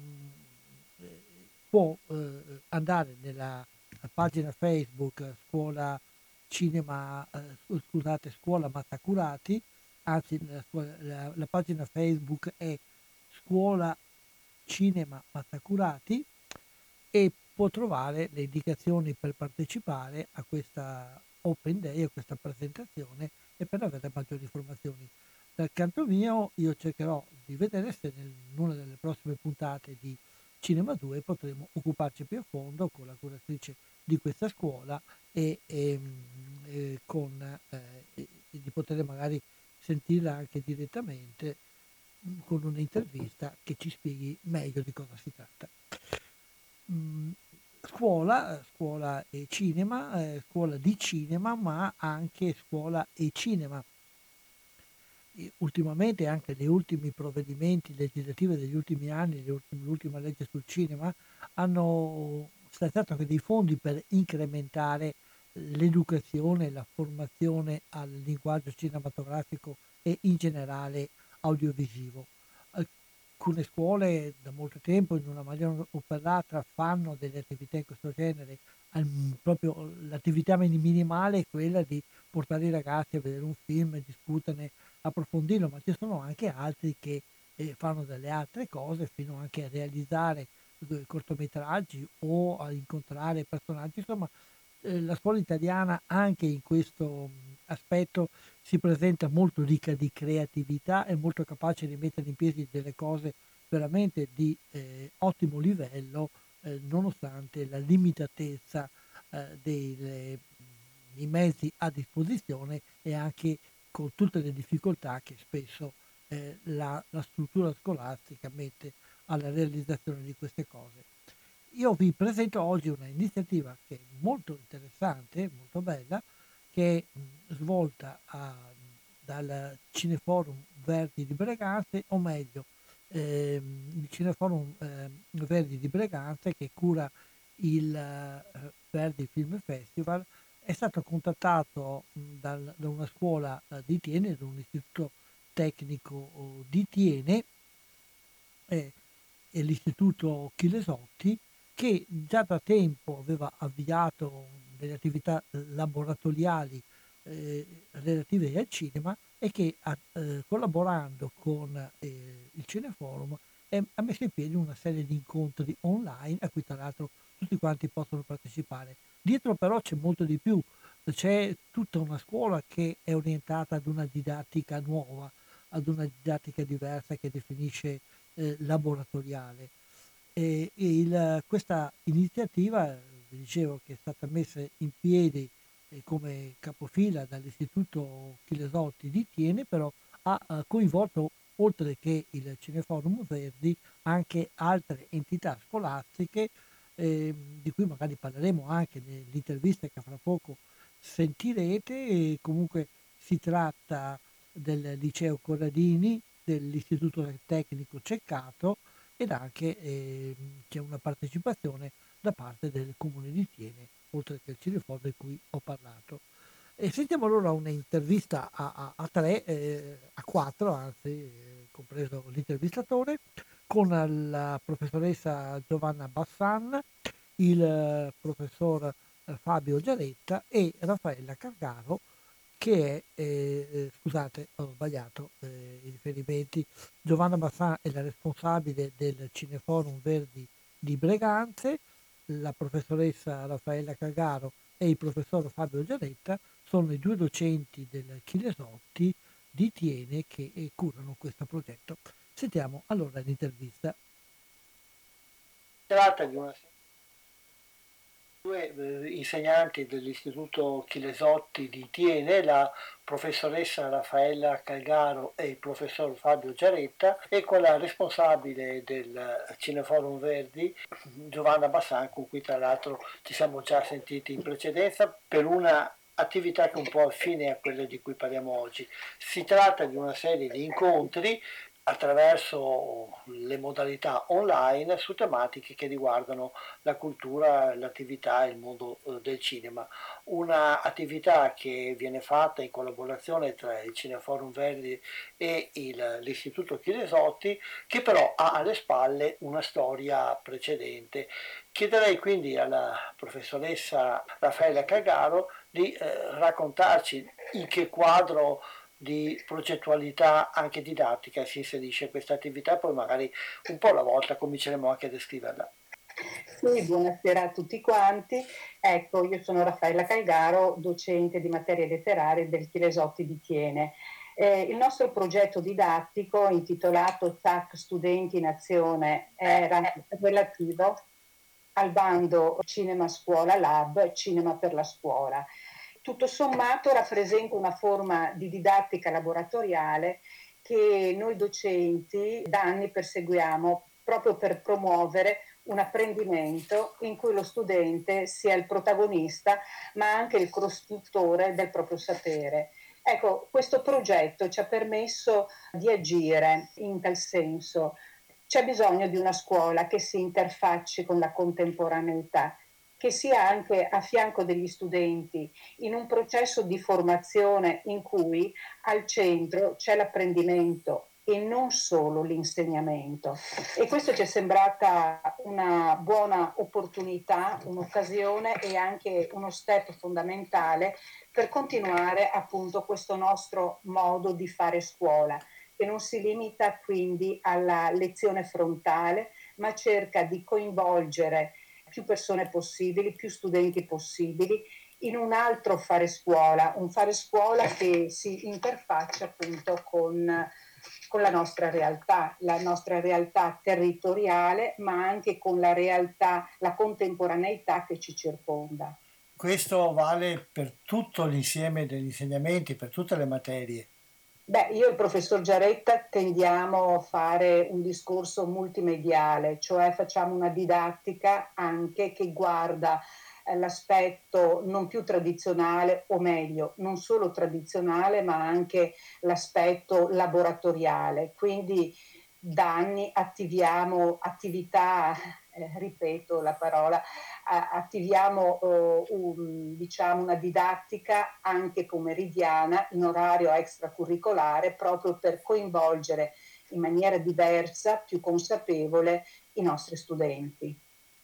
può eh, andare nella pagina Facebook Scuola Cinema, eh, scusate, Scuola Mazzacurati, anzi la, la, la pagina Facebook è Scuola Cinema Mazzacurati, e può trovare le indicazioni per partecipare a questa Open Day, a questa presentazione, e per avere maggiori informazioni. Dal canto mio io cercherò di vedere se in una delle prossime puntate di Cinema due potremo occuparci più a fondo con la curatrice di questa scuola e, e, e con eh, e di poter magari sentirla anche direttamente con un'intervista che ci spieghi meglio di cosa si tratta. Mm, scuola, scuola e cinema, eh, scuola di cinema, ma anche scuola e cinema. E ultimamente anche gli ultimi provvedimenti legislativi degli ultimi anni, ultimi, l'ultima legge sul cinema, hanno stanziato anche dei fondi per incrementare l'educazione, la formazione al linguaggio cinematografico e in generale audiovisivo. Alcune scuole da molto tempo in una maniera o per l'altra fanno delle attività in questo genere. Proprio l'attività minimale è quella di portare i ragazzi a vedere un film e discuterne, approfondirlo, ma ci sono anche altri che eh, fanno delle altre cose, fino anche a realizzare cortometraggi o a incontrare personaggi. Insomma, eh, la scuola italiana anche in questo aspetto si presenta molto ricca di creatività e molto capace di mettere in piedi delle cose veramente di eh, ottimo livello, eh, nonostante la limitatezza eh, dei, dei mezzi a disposizione e anche con tutte le difficoltà che spesso eh, la, la struttura scolastica mette alla realizzazione di queste cose. Io vi presento oggi una iniziativa che è molto interessante, molto bella, che è mh, svolta a, dal Cineforum Verdi di Breganze, o meglio, ehm, il Cineforum eh, Verdi di Breganze, che cura il eh, Verdi Film Festival. È stato contattato mh, dal, da una scuola eh, di Tiene, da un istituto tecnico di Tiene, eh, e l'istituto Chilesotti, che già da tempo aveva avviato delle attività laboratoriali eh, relative al cinema e che eh, collaborando con eh, il Cineforum eh, ha messo in piedi una serie di incontri online a cui tra l'altro tutti quanti possono partecipare. Dietro però c'è molto di più, c'è tutta una scuola che è orientata ad una didattica nuova, ad una didattica diversa che definisce eh, laboratoriale. E, e il, questa iniziativa, vi dicevo, che è stata messa in piedi eh, come capofila dall'istituto Chilesotti di Tiene, però ha eh, coinvolto, oltre che il Cineforum Verdi, anche altre entità scolastiche, eh, di cui magari parleremo anche nell'intervista che fra poco sentirete. E comunque si tratta del Liceo Corradini, dell'Istituto Tecnico Ceccato, ed anche eh, c'è una partecipazione da parte del Comune di Thiene, oltre che il Cineforum di cui ho parlato. E sentiamo allora un'intervista a, a, a tre, eh, a quattro, anzi, eh, compreso l'intervistatore, con la professoressa Giovanna Bassan, il eh, professor eh, Fabio Giaretta e Raffaella Cargaro, che è, eh, eh, scusate, ho sbagliato eh, i riferimenti. Giovanna Bassan è la responsabile del Cineforum Verdi di Breganze, la professoressa Raffaella Cargaro e il professor Fabio Giaretta sono i due docenti del Chilesotti di Thiene che eh, curano questo progetto. Sentiamo allora l'intervista. Si tratta di una due eh, insegnanti dell'Istituto Chilesotti di Thiene, la professoressa Raffaella Calgaro e il professor Fabio Giaretta, e con la responsabile del Cineforum Verdi, Giovanna Bassan, con cui tra l'altro ci siamo già sentiti in precedenza per una attività che è un po' affine a quelle di cui parliamo oggi. Si tratta di una serie di incontri attraverso le modalità online su tematiche che riguardano la cultura, l'attività e il mondo eh, del cinema. Una attività che viene fatta in collaborazione tra il Cineforum Verdi e il, l'Istituto Chilesotti, che però ha alle spalle una storia precedente. Chiederei quindi alla professoressa Raffaella Cagaro di eh, raccontarci in che quadro di progettualità anche didattica si inserisce questa attività, poi magari un po' alla volta cominceremo anche a descriverla. Sì, buonasera a tutti quanti. Ecco, io sono Raffaella Calgaro, docente di materie letterarie del Chilesotti di Thiene. Eh, il nostro progetto didattico, intitolato C A C Studenti in Azione, era relativo al bando Cinema Scuola Lab, Cinema per la Scuola. Tutto sommato rappresenta una forma di didattica laboratoriale che noi docenti da anni perseguiamo proprio per promuovere un apprendimento in cui lo studente sia il protagonista ma anche il costruttore del proprio sapere. Ecco, questo progetto ci ha permesso di agire in tal senso. C'è bisogno di una scuola che si interfacci con la contemporaneità, che sia anche a fianco degli studenti in un processo di formazione in cui al centro c'è l'apprendimento e non solo l'insegnamento. E questo ci è sembrata una buona opportunità, un'occasione e anche uno step fondamentale per continuare appunto questo nostro modo di fare scuola, che non si limita quindi alla lezione frontale, ma cerca di coinvolgere più persone possibili, più studenti possibili, in un altro fare scuola, un fare scuola che si interfaccia appunto con, con la nostra realtà, la nostra realtà territoriale, ma anche con la realtà, la contemporaneità che ci circonda. Questo vale per tutto l'insieme degli insegnamenti, per tutte le materie. Beh, io e il professor Giaretta tendiamo a fare un discorso multimediale, cioè facciamo una didattica anche che guarda eh, l'aspetto non più tradizionale, o meglio, non solo tradizionale, ma anche l'aspetto laboratoriale. Quindi da anni attiviamo attività, eh, ripeto la parola, attiviamo eh, un, diciamo una didattica anche pomeridiana in orario extracurricolare proprio per coinvolgere in maniera diversa, più consapevole i nostri studenti.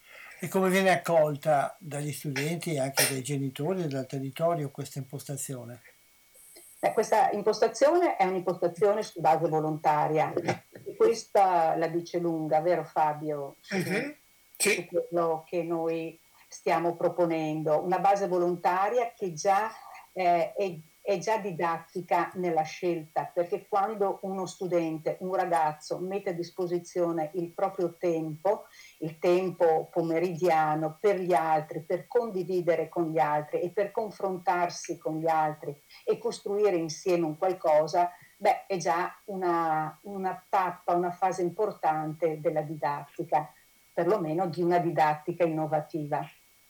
E come viene accolta dagli studenti e anche dai genitori e dal territorio questa impostazione? Beh, questa impostazione è un'impostazione su base volontaria e questa la dice lunga, vero Fabio? Uh-huh. Sì. Su quello che noi stiamo proponendo, una base volontaria che già eh, è, è già didattica nella scelta, perché quando uno studente, un ragazzo mette a disposizione il proprio tempo, il tempo pomeridiano per gli altri, per condividere con gli altri e per confrontarsi con gli altri e costruire insieme un qualcosa, beh, è già una, una tappa, una fase importante della didattica, perlomeno di una didattica innovativa.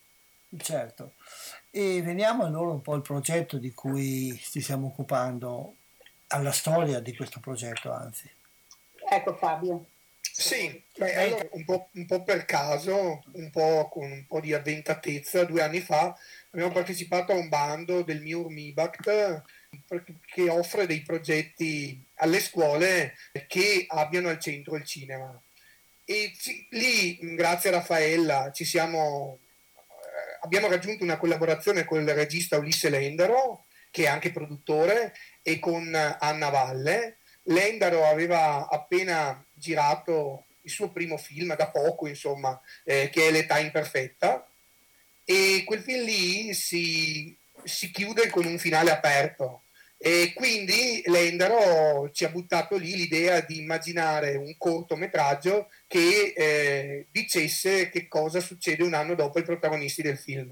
Certo. E veniamo allora un po' al progetto di cui ci stiamo occupando, alla storia di questo progetto, anzi. Ecco Fabio. Sì, beh, allora un po', un po' per caso, un po' con un po' di avventatezza, due anni fa abbiamo partecipato a un bando del M I U R M I B A C T che offre dei progetti alle scuole che abbiano al centro il cinema. E ci, lì, grazie a Raffaella, ci siamo, eh, abbiamo raggiunto una collaborazione con il regista Ulisse Lendaro, che è anche produttore, e con Anna Valle. Lendaro aveva appena girato il suo primo film, da poco insomma, eh, che è L'età imperfetta, e quel film lì si, si chiude con un finale aperto. E quindi Lendaro ci ha buttato lì l'idea di immaginare un cortometraggio che eh, dicesse che cosa succede un anno dopo i protagonisti del film.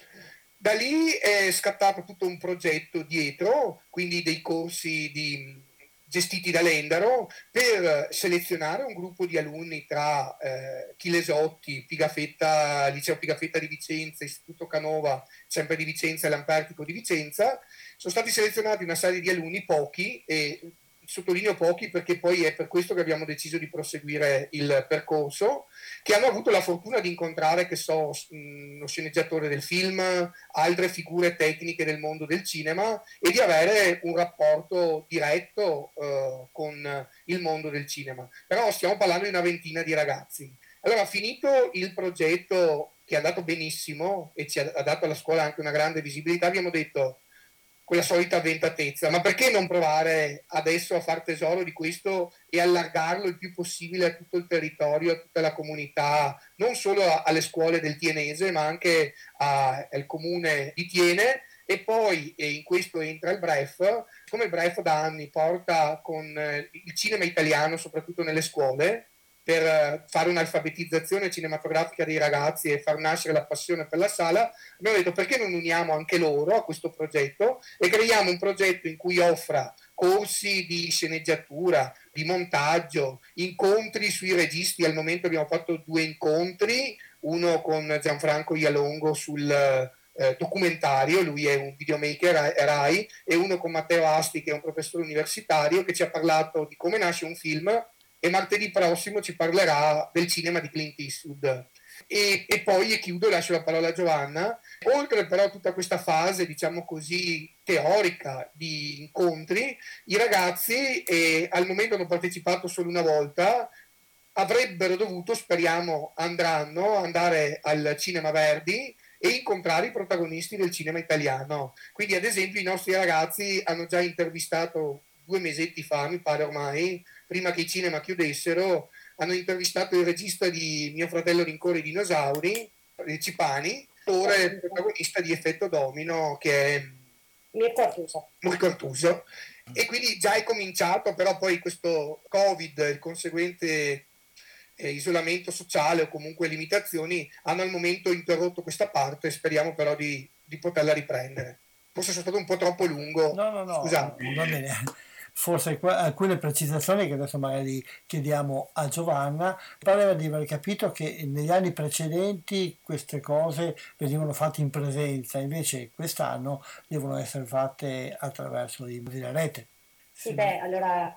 Da lì è scattato tutto un progetto dietro, quindi dei corsi di, gestiti da Lendaro, per selezionare un gruppo di alunni tra eh, Chilesotti, Pigafetta, Liceo Pigafetta di Vicenza, Istituto Canova, sempre di Vicenza, e Lampertico di Vicenza. Sono stati selezionati una serie di alunni, pochi, e sottolineo pochi perché poi è per questo che abbiamo deciso di proseguire il percorso, che hanno avuto la fortuna di incontrare, che so, lo sceneggiatore del film, altre figure tecniche del mondo del cinema, e di avere un rapporto diretto eh, con il mondo del cinema. Però stiamo parlando di una ventina di ragazzi. Allora, finito il progetto, che è andato benissimo e ci ha dato alla scuola anche una grande visibilità, abbiamo detto, quella solita avventatezza, ma perché non provare adesso a far tesoro di questo e allargarlo il più possibile a tutto il territorio, a tutta la comunità, non solo a, alle scuole del Tienese, ma anche a, al comune di Tiene. E poi, e in questo entra il B R E F, come il B R E F da anni porta con eh, il cinema italiano, soprattutto nelle scuole, per fare un'alfabetizzazione cinematografica dei ragazzi e far nascere la passione per la sala, abbiamo detto perché non uniamo anche loro a questo progetto e creiamo un progetto in cui offra corsi di sceneggiatura, di montaggio, incontri sui registi. Al momento abbiamo fatto due incontri, uno con Gianfranco Ialongo sul eh, documentario, lui è un videomaker Rai, e uno con Matteo Asti, che è un professore universitario, che ci ha parlato di come nasce un film, e martedì prossimo ci parlerà del cinema di Clint Eastwood. E, e poi, e chiudo, lascio la parola a Giovanna. Oltre però a tutta questa fase, diciamo così, teorica di incontri, i ragazzi eh, al momento hanno partecipato solo una volta, avrebbero dovuto, speriamo andranno, andare al Cinema Verdi e incontrare i protagonisti del cinema italiano. Quindi ad esempio i nostri ragazzi hanno già intervistato due mesetti fa, mi pare ormai, prima che i cinema chiudessero, hanno intervistato il regista di Mio fratello rincorre i dinosauri, Cipani, ora è il protagonista di Effetto Domino, che è Mirko Artuso. Mirko Artuso. E quindi già è cominciato, però poi questo Covid, il conseguente eh, isolamento sociale o comunque limitazioni, hanno al momento interrotto questa parte, speriamo però di, di poterla riprendere. Forse sono stato un po' troppo lungo, no, no, no, scusate. Va bene. Forse alcune precisazioni che adesso magari chiediamo a Giovanna. Pareva di aver capito che negli anni precedenti queste cose venivano fatte in presenza, invece quest'anno devono essere fatte attraverso la rete. Sì, beh, allora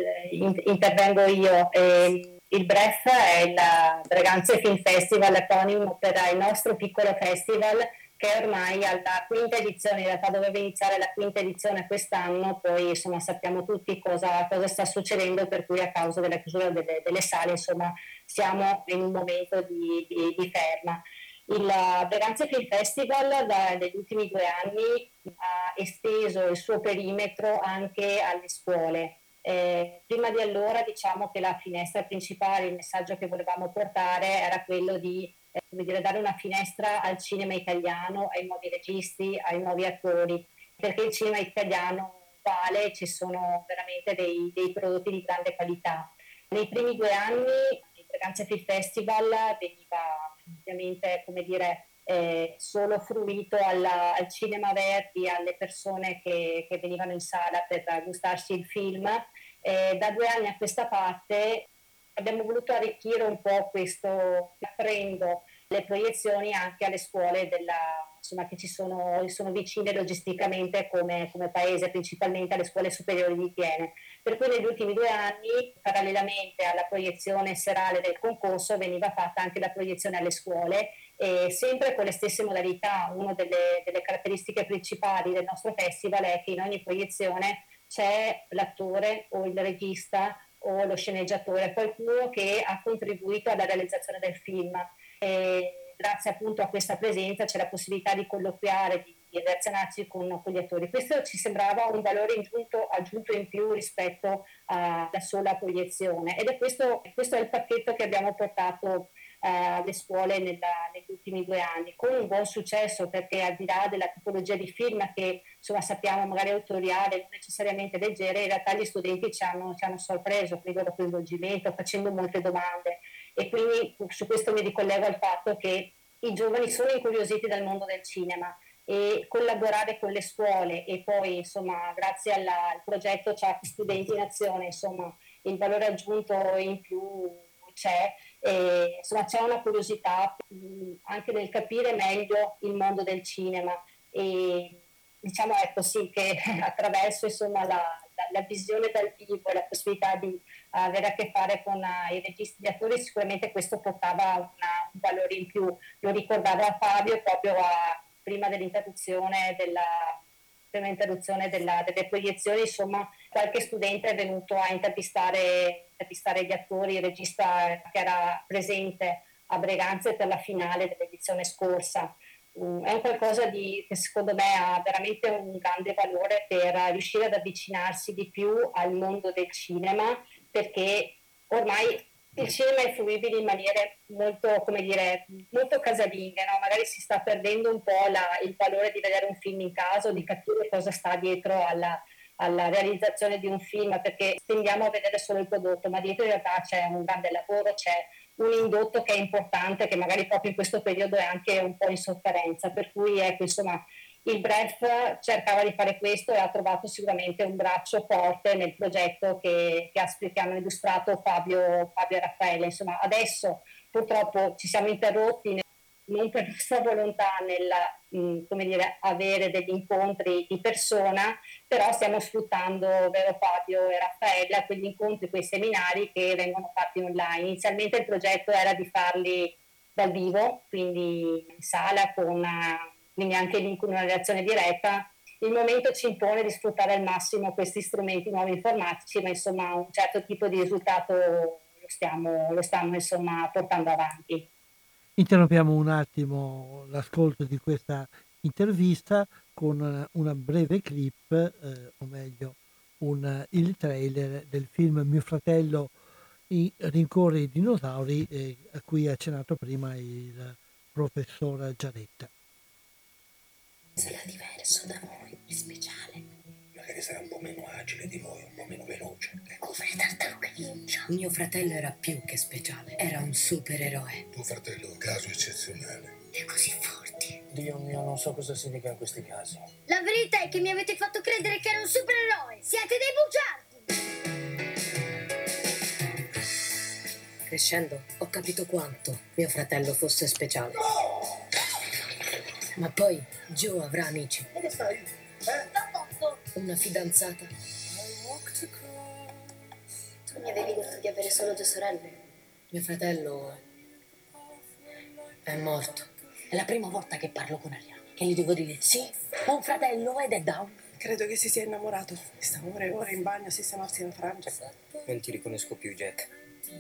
eh, intervengo io. Eh, il B R E F è il Breganze Film Festival, eponimo per il nostro piccolo festival, che ormai alla quinta edizione, in realtà doveva iniziare la quinta edizione quest'anno, poi insomma sappiamo tutti cosa, cosa sta succedendo, per cui a causa della chiusura delle, delle sale insomma siamo in un momento di, di, di ferma. Il Breganze Film Festival da, negli ultimi due anni ha esteso il suo perimetro anche alle scuole. Eh, prima di allora diciamo che la finestra principale, il messaggio che volevamo portare era quello di eh, come dire, dare una finestra al cinema italiano, ai nuovi registi, ai nuovi attori, perché il cinema italiano vale, ci sono veramente dei, dei prodotti di grande qualità. Nei primi due anni il Breganze Film Festival veniva ovviamente, come dire, eh, solo fruito alla, al cinema Verdi, alle persone che, che venivano in sala per gustarsi il film. Eh, da due anni a questa parte abbiamo voluto arricchire un po' questo, aprendo le proiezioni anche alle scuole della, insomma, che ci sono, sono vicine logisticamente come, come paese, principalmente alle scuole superiori di Thiene. Per cui negli ultimi due anni, parallelamente alla proiezione serale del concorso, veniva fatta anche la proiezione alle scuole, e sempre con le stesse modalità. Una delle, delle caratteristiche principali del nostro festival è che in ogni proiezione c'è l'attore o il regista o lo sceneggiatore, qualcuno che ha contribuito alla realizzazione del film. E grazie appunto a questa presenza c'è la possibilità di colloquiare, di, di relazionarsi con, con gli attori. Questo ci sembrava un valore aggiunto, aggiunto in più rispetto alla sola proiezione, ed è questo, questo è il pacchetto che abbiamo portato alle scuole nella, negli ultimi due anni, con un buon successo, perché al di là della tipologia di film che insomma sappiamo magari autoriale, non necessariamente leggere, in realtà gli studenti ci hanno, ci hanno sorpreso con il loro coinvolgimento, facendo molte domande, e quindi su questo mi ricollego al fatto che i giovani sono incuriositi dal mondo del cinema, e collaborare con le scuole, e poi insomma grazie alla, al progetto Chat Studenti in Azione, insomma il valore aggiunto in più c'è. E, insomma c'è una curiosità mh, anche nel capire meglio il mondo del cinema, e diciamo ecco sì che attraverso insomma la, la, la visione dal vivo e la possibilità di uh, avere a che fare con uh, i registi, gli attori, sicuramente questo portava una, un valore in più. Lo ricordava Fabio proprio a, prima dell'interruzione della prima interruzione della, delle proiezioni, insomma qualche studente è venuto a intervistare, intervistare gli attori, il regista che era presente a Breganze per la finale dell'edizione scorsa. Um, è un qualcosa di, che secondo me ha veramente un grande valore per riuscire ad avvicinarsi di più al mondo del cinema, perché ormai il cinema è fruibile in maniere molto, come dire, molto casalinghe, no? Magari si sta perdendo un po' la, il valore di vedere un film in casa, di capire cosa sta dietro alla, alla realizzazione di un film, perché tendiamo a vedere solo il prodotto, ma dietro in realtà c'è un grande lavoro, c'è un indotto che è importante, che magari proprio in questo periodo è anche un po' in sofferenza, per cui ecco, insomma, il B R E F cercava di fare questo e ha trovato sicuramente un braccio forte nel progetto che, che, ha, che hanno illustrato Fabio, Fabio e Raffaele. Insomma, adesso purtroppo ci siamo interrotti, non per nostra volontà, nel mh, come dire, avere degli incontri di persona, però stiamo sfruttando, vero Fabio e Raffaella, quegli incontri, quei seminari che vengono fatti online. Inizialmente il progetto era di farli dal vivo, quindi in sala, con quindi anche lì con una relazione diretta. Il momento ci impone di sfruttare al massimo questi strumenti nuovi informatici, ma insomma un certo tipo di risultato lo stiamo, lo stiamo insomma portando avanti. Interrompiamo un attimo l'ascolto di questa intervista con una breve clip, eh, o meglio un, il trailer del film Mio fratello rincorre i dinosauri, eh, a cui ha accennato prima il professor Giaretta. Sarà diverso da voi, è speciale. Magari sarà un po' meno agile di voi, un po' meno veloce. È come le tartarughe ninja. Mio fratello era più che speciale, era un supereroe. Tuo fratello è un caso eccezionale. E così forti. Dio mio, non so cosa si dica in questi casi. La verità è che mi avete fatto credere che era un supereroe. Siete dei bugiardi. Crescendo, ho capito quanto mio fratello fosse speciale. No! Ma poi Joe avrà amici. Dove stai? Eh? Una fidanzata. Tu mi avevi detto di avere solo due sorelle. Mio fratello è morto. È la prima volta che parlo con Arianna, che gli devo dire sì, ho un fratello ed è down. Credo che si sia innamorato. Sta ore e ore in bagno a sistemarsi la frangia. Non ti riconosco più, Jack.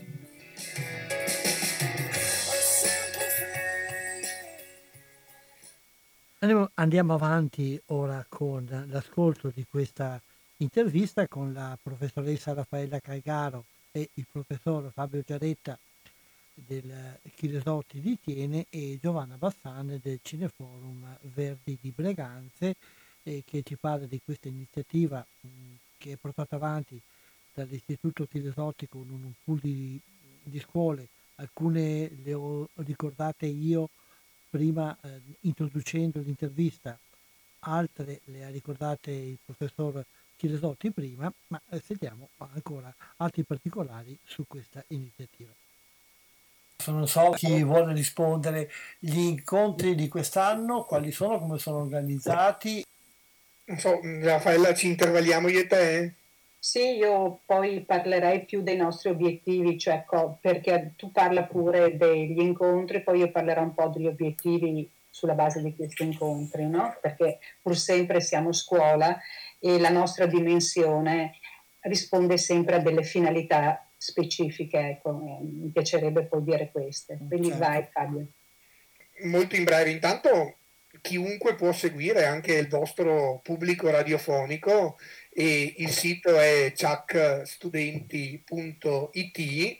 Andiamo, andiamo avanti ora con l'ascolto di questa intervista con la professoressa Raffaella Calgaro e il professor Fabio Giaretta del Chilesotti di Thiene e Giovanna Bassan del Cineforum Verdi di Breganze, eh, che ci parla di questa iniziativa mh, che è portata avanti dall'Istituto Chilesotti con un pool di, di scuole. Alcune le ho ricordate io prima eh, introducendo l'intervista, altre le ha ricordate il professor Chilesotti prima, ma eh, sentiamo ancora altri particolari su questa iniziativa. Non so chi vuole rispondere. Gli incontri di quest'anno quali sono, come sono organizzati? Non so, Raffaella, ci intervalliamo io e te? Sì, io poi parlerei più dei nostri obiettivi, cioè co- perché tu parla pure degli incontri, poi io parlerò un po' degli obiettivi sulla base di questi incontri, no? Perché pur sempre siamo scuola e la nostra dimensione risponde sempre a delle finalità specifiche, ecco, eh, mi piacerebbe poi dire queste. Quindi Certo. vai Fabio. Molto in breve, intanto chiunque può seguire, anche il vostro pubblico radiofonico, e il sito è ciak studenti punto it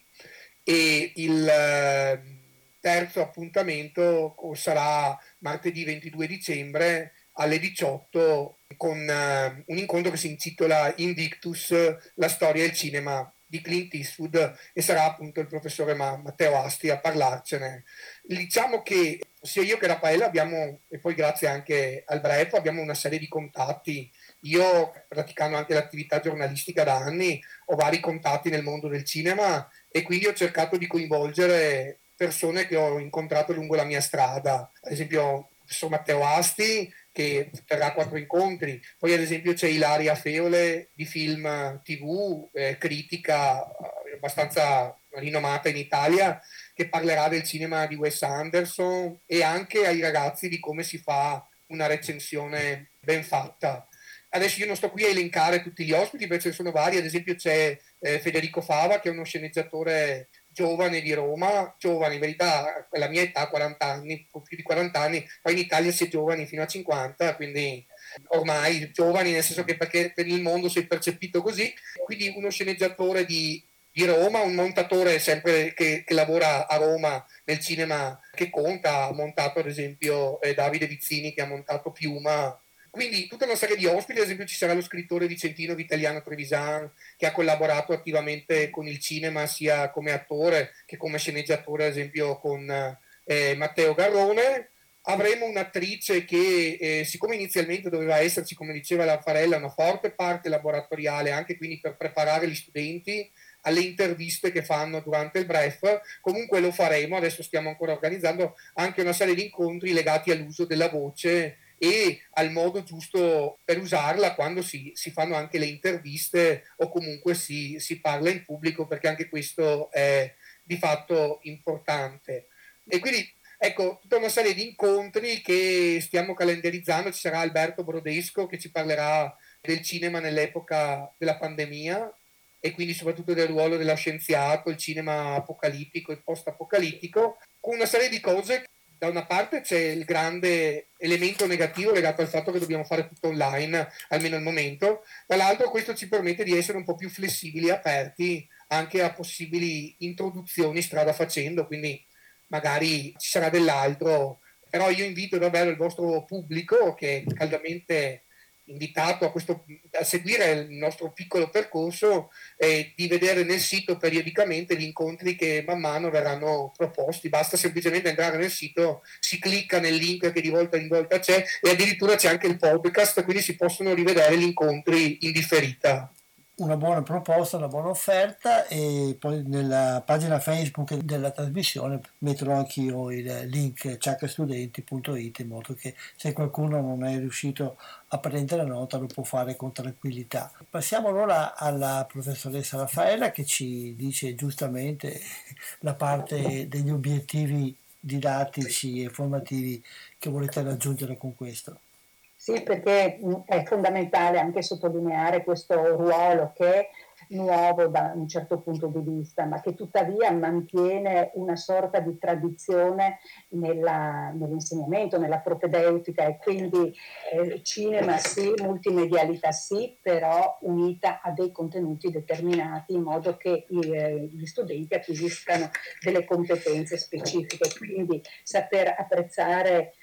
e il eh, terzo appuntamento sarà martedì ventidue dicembre alle diciotto con uh, un incontro che si intitola Invictus, la storia e il cinema di Clint Eastwood, e sarà appunto il professore Matteo Asti a parlarcene. Diciamo che sia io che Raffaella abbiamo, e poi grazie anche al B R E F, abbiamo una serie di contatti. Io, praticando anche l'attività giornalistica da anni, ho vari contatti nel mondo del cinema e quindi ho cercato di coinvolgere persone che ho incontrato lungo la mia strada. Ad esempio il professor Matteo Asti, che terrà quattro incontri. Poi ad esempio c'è Ilaria Feole di Film tivù, eh, critica eh, abbastanza rinomata in Italia, che parlerà del cinema di Wes Anderson e anche ai ragazzi di come si fa una recensione ben fatta. Adesso io non sto qui a elencare tutti gli ospiti perché ce ne sono vari, ad esempio c'è eh, Federico Fava, che è uno sceneggiatore giovane di Roma, giovane in verità, la mia età, quaranta anni, un po' più di quaranta anni, poi in Italia si è giovani fino a cinquanta, quindi ormai giovani nel senso che perché per il mondo si è percepito così, quindi uno sceneggiatore di, di Roma, un montatore sempre che, che lavora a Roma nel cinema che conta, ha montato ad esempio eh, Davide Vizzini che ha montato Piuma. Quindi tutta una serie di ospiti, ad esempio ci sarà lo scrittore vicentino Vitaliano Trevisan, che ha collaborato attivamente con il cinema sia come attore che come sceneggiatore, ad esempio con eh, Matteo Garrone. Avremo un'attrice che, eh, siccome inizialmente doveva esserci, come diceva Raffaella, una forte parte laboratoriale, anche quindi per preparare gli studenti alle interviste che fanno durante il B R E F, comunque lo faremo, adesso stiamo ancora organizzando anche una serie di incontri legati all'uso della voce e al modo giusto per usarla quando si, si fanno anche le interviste o comunque si, si parla in pubblico, perché anche questo è di fatto importante. E quindi ecco, tutta una serie di incontri che stiamo calendarizzando. Ci sarà Alberto Brodesco che ci parlerà del cinema nell'epoca della pandemia e quindi soprattutto del ruolo dello scienziato, il cinema apocalittico e post-apocalittico, con una serie di cose. Da una parte c'è il grande elemento negativo legato al fatto che dobbiamo fare tutto online, almeno al momento, dall'altro questo ci permette di essere un po' più flessibili e aperti anche a possibili introduzioni strada facendo, quindi magari ci sarà dell'altro, però io invito davvero il vostro pubblico, che è caldamente invitato a, questo, a seguire il nostro piccolo percorso, e di vedere nel sito periodicamente gli incontri che man mano verranno proposti. Basta semplicemente entrare nel sito, si clicca nel link che di volta in volta c'è e addirittura c'è anche il podcast, quindi si possono rivedere gli incontri in differita. Una buona proposta, una buona offerta, e poi nella pagina Facebook della trasmissione metterò anch'io il link ciak studenti punto it in modo che se qualcuno non è riuscito a prendere nota lo può fare con tranquillità. Passiamo allora alla professoressa Raffaella che ci dice giustamente la parte degli obiettivi didattici e formativi che volete raggiungere con questo. Sì, perché è fondamentale anche sottolineare questo ruolo che è nuovo da un certo punto di vista, ma che tuttavia mantiene una sorta di tradizione nella, nell'insegnamento, nella propedeutica, e quindi eh, cinema sì, multimedialità sì, però unita a dei contenuti determinati in modo che eh, gli studenti acquisiscano delle competenze specifiche, quindi saper apprezzare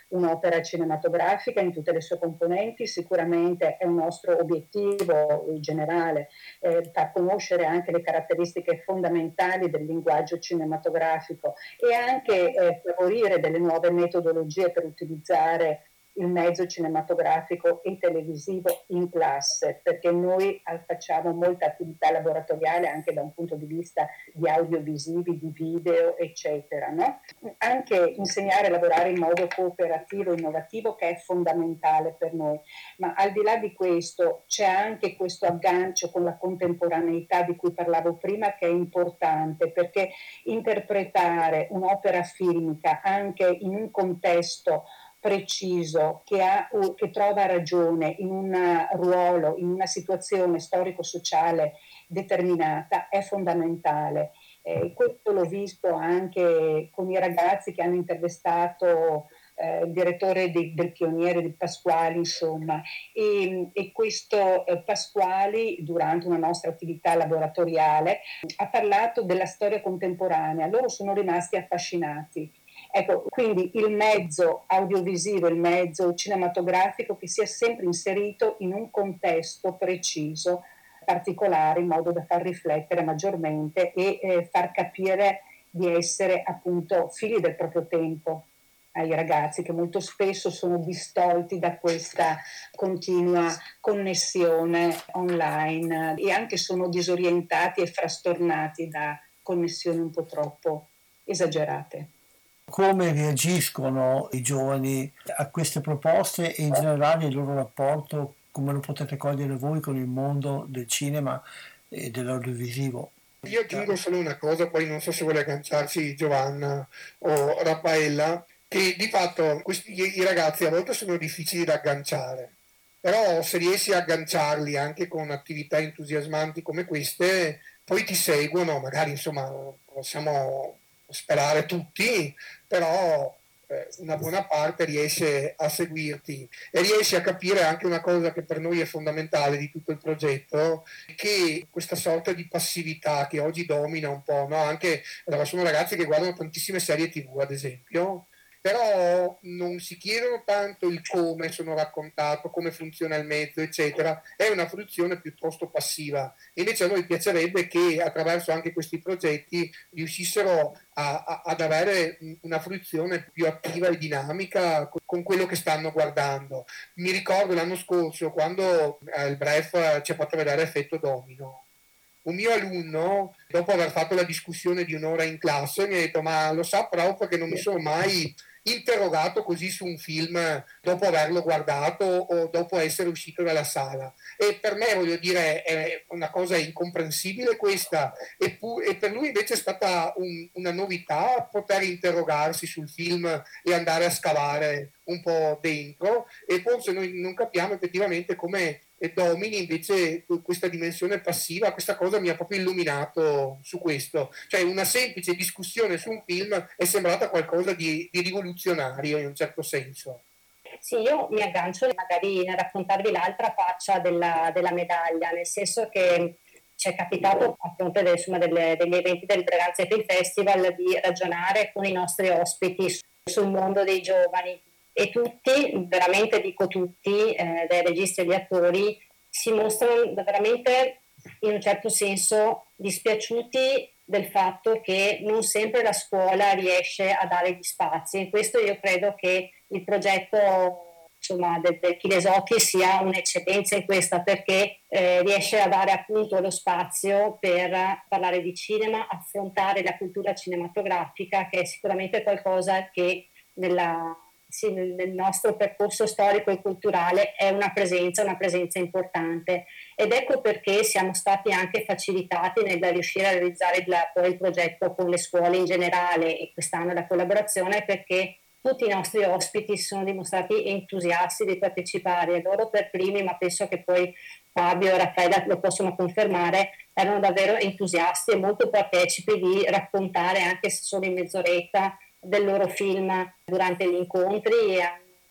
un'opera cinematografica in tutte le sue componenti. Sicuramente è un nostro obiettivo generale eh, far conoscere anche le caratteristiche fondamentali del linguaggio cinematografico e anche eh, favorire delle nuove metodologie per utilizzare il mezzo cinematografico e televisivo in classe, perché noi facciamo molta attività laboratoriale anche da un punto di vista di audiovisivi, di video, eccetera, no? Anche insegnare a lavorare in modo cooperativo e innovativo, che è fondamentale per noi, ma al di là di questo c'è anche questo aggancio con la contemporaneità di cui parlavo prima, che è importante, perché interpretare un'opera filmica anche in un contesto preciso, che, ha, che trova ragione in un ruolo, in una situazione storico-sociale determinata, è fondamentale. Eh, questo l'ho visto anche con i ragazzi che hanno intervistato eh, il direttore di, del Pioniere, di Pasquali, insomma, e, e questo eh, Pasquali, durante una nostra attività laboratoriale, ha parlato della storia contemporanea. Loro sono rimasti affascinati. Ecco, quindi il mezzo audiovisivo, il mezzo cinematografico che sia sempre inserito in un contesto preciso, particolare, in modo da far riflettere maggiormente e eh, far capire di essere appunto figli del proprio tempo ai ragazzi, che molto spesso sono distolti da questa continua connessione online e anche sono disorientati e frastornati da connessioni un po' troppo esagerate. Come reagiscono i giovani a queste proposte e in generale il loro rapporto, come lo potete cogliere voi, con il mondo del cinema e dell'audiovisivo? Io aggiungo solo una cosa, poi non so se vuole agganciarsi Giovanna o Raffaella, che di fatto questi, i ragazzi a volte sono difficili da agganciare, però se riesci a agganciarli anche con attività entusiasmanti come queste, poi ti seguono, magari insomma possiamo sperare tutti, però eh, una buona parte riesce a seguirti e riesce a capire anche una cosa che per noi è fondamentale di tutto il progetto, che questa sorta di passività che oggi domina un po', no? Anche allora, sono ragazzi che guardano tantissime serie tivù ad esempio, però non si chiedono tanto il come sono raccontato, come funziona il mezzo, eccetera, è una fruizione piuttosto passiva. Invece a noi piacerebbe che attraverso anche questi progetti riuscissero a, a, ad avere una fruizione più attiva e dinamica con, con quello che stanno guardando. Mi ricordo l'anno scorso quando eh, il Bref ci ha fatto vedere Effetto Domino. Un mio alunno, dopo aver fatto la discussione di un'ora in classe, mi ha detto: ma lo sa prof che non mi sono mai interrogato così su un film dopo averlo guardato o dopo essere uscito dalla sala. E per me, voglio dire, è una cosa incomprensibile questa, e, pu- e per lui invece è stata un, una novità poter interrogarsi sul film e andare a scavare un po' dentro, e forse noi non capiamo effettivamente come e domini invece questa dimensione passiva. Questa cosa mi ha proprio illuminato su questo, cioè una semplice discussione su un film è sembrata qualcosa di, di rivoluzionario in un certo senso. Sì, io mi aggancio magari nel raccontarvi l'altra faccia della, della medaglia, nel senso che ci è capitato a fronte del, insomma, delle, degli eventi del Breganze Film Festival di ragionare con i nostri ospiti sul mondo dei giovani. E tutti, veramente dico tutti, eh, dai registi agli attori, si mostrano veramente in un certo senso dispiaciuti del fatto che non sempre la scuola riesce a dare gli spazi. E questo io credo che il progetto insomma, del, del Chilesotti sia un'eccellenza in questa, perché eh, riesce a dare appunto lo spazio per parlare di cinema, affrontare la cultura cinematografica, che è sicuramente qualcosa che nella Sì, nel nostro percorso storico e culturale è una presenza, una presenza importante, ed ecco perché siamo stati anche facilitati nel riuscire a realizzare il, poi il progetto con le scuole in generale, e quest'anno la collaborazione, perché tutti i nostri ospiti si sono dimostrati entusiasti di partecipare, loro per primi, ma penso che poi Fabio e Raffaella lo possono confermare, erano davvero entusiasti e molto partecipi di raccontare, anche se solo in mezz'oretta, del loro film durante gli incontri, e hanno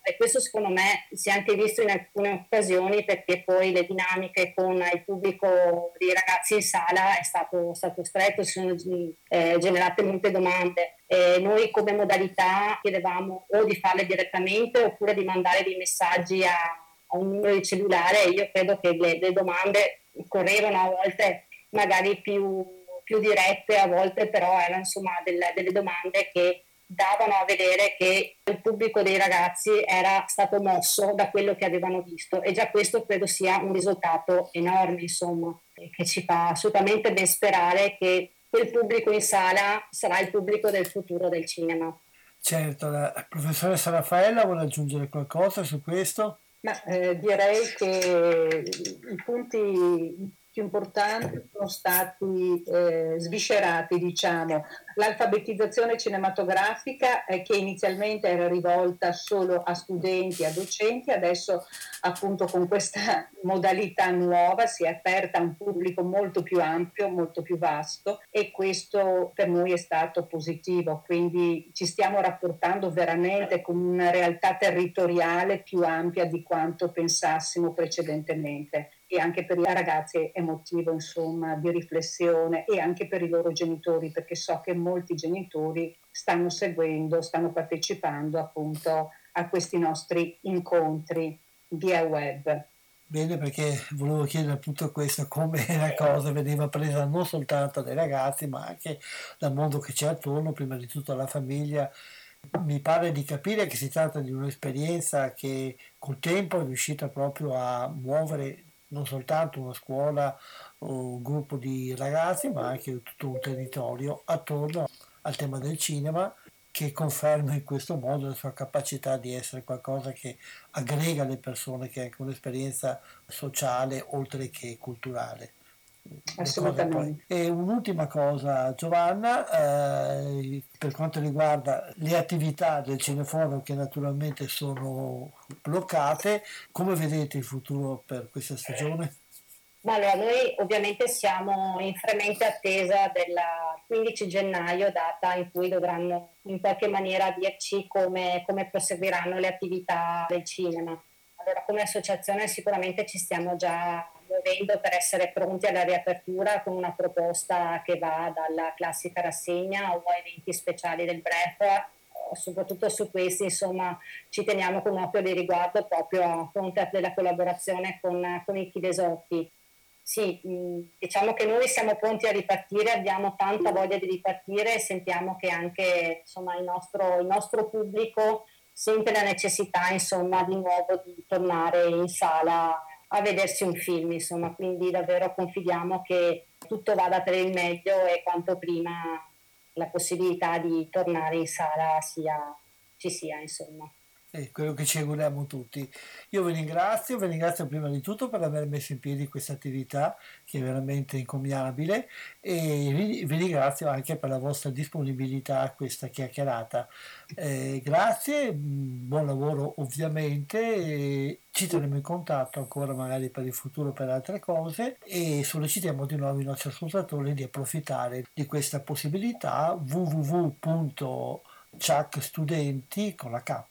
E questo secondo me si è anche visto in alcune occasioni, perché poi le dinamiche con il pubblico di ragazzi in sala è stato, stato stretto, si sono eh, generate molte domande. E noi come modalità chiedevamo o di farle direttamente oppure di mandare dei messaggi a, a un numero di cellulare. Io credo che le, le domande correvano a volte magari più, più dirette, a volte però erano insomma delle, delle domande che davano a vedere che il pubblico dei ragazzi era stato mosso da quello che avevano visto, e già questo credo sia un risultato enorme, insomma, che ci fa assolutamente ben sperare che quel pubblico in sala sarà il pubblico del futuro del cinema. Certo, la professoressa Raffaella vuole aggiungere qualcosa su questo? Ma eh, direi che i punti più importanti sono stati eh, sviscerati, diciamo. L'alfabetizzazione cinematografica eh, che inizialmente era rivolta solo a studenti e a docenti, adesso appunto con questa modalità nuova si è aperta a un pubblico molto più ampio, molto più vasto, e questo per noi è stato positivo, quindi ci stiamo rapportando veramente con una realtà territoriale più ampia di quanto pensassimo precedentemente, e anche per i ragazzi è motivo insomma di riflessione, e anche per i loro genitori, perché so che molti genitori stanno seguendo, stanno partecipando appunto a questi nostri incontri via web. Bene, perché volevo chiedere appunto questo, come la cosa veniva presa non soltanto dai ragazzi ma anche dal mondo che c'è attorno, prima di tutto la famiglia. Mi pare di capire che si tratta di un'esperienza che col tempo è riuscita proprio a muovere non soltanto una scuola o un gruppo di ragazzi, ma anche tutto un territorio attorno al tema del cinema, che conferma in questo modo la sua capacità di essere qualcosa che aggrega le persone, che è anche un'esperienza sociale oltre che culturale. Assolutamente. E un'ultima cosa, Giovanna, eh, per quanto riguarda le attività del Cineforum, che naturalmente sono bloccate, come vedete il futuro per questa stagione? Allora, noi ovviamente siamo in fremente attesa del quindici gennaio, data in cui dovranno in qualche maniera dirci come, come proseguiranno le attività del cinema. Allora, come associazione sicuramente ci stiamo già muovendo per essere pronti alla riapertura, con una proposta che va dalla classica rassegna o a eventi speciali del B R E F. Soprattutto su questi, insomma, ci teniamo con un occhio di riguardo proprio a fronte della collaborazione con, con i Chilesotti. Sì, diciamo che noi siamo pronti a ripartire, abbiamo tanta voglia di ripartire e sentiamo che anche insomma, il, nostro, il nostro pubblico sente la necessità insomma, di nuovo di tornare in sala a vedersi un film, insomma, quindi davvero confidiamo che tutto vada per il meglio e quanto prima la possibilità di tornare in sala sia, ci sia, insomma. È quello che ci auguriamo tutti. Io vi ringrazio, vi ringrazio prima di tutto per aver messo in piedi questa attività che è veramente encomiabile, e vi ringrazio anche per la vostra disponibilità a questa chiacchierata. Eh, grazie, buon lavoro ovviamente, e ci terremo in contatto ancora magari per il futuro per altre cose, e sollecitiamo di nuovo i nostri ascoltatori di approfittare di questa possibilità. w w w punto ciak studenti con la K,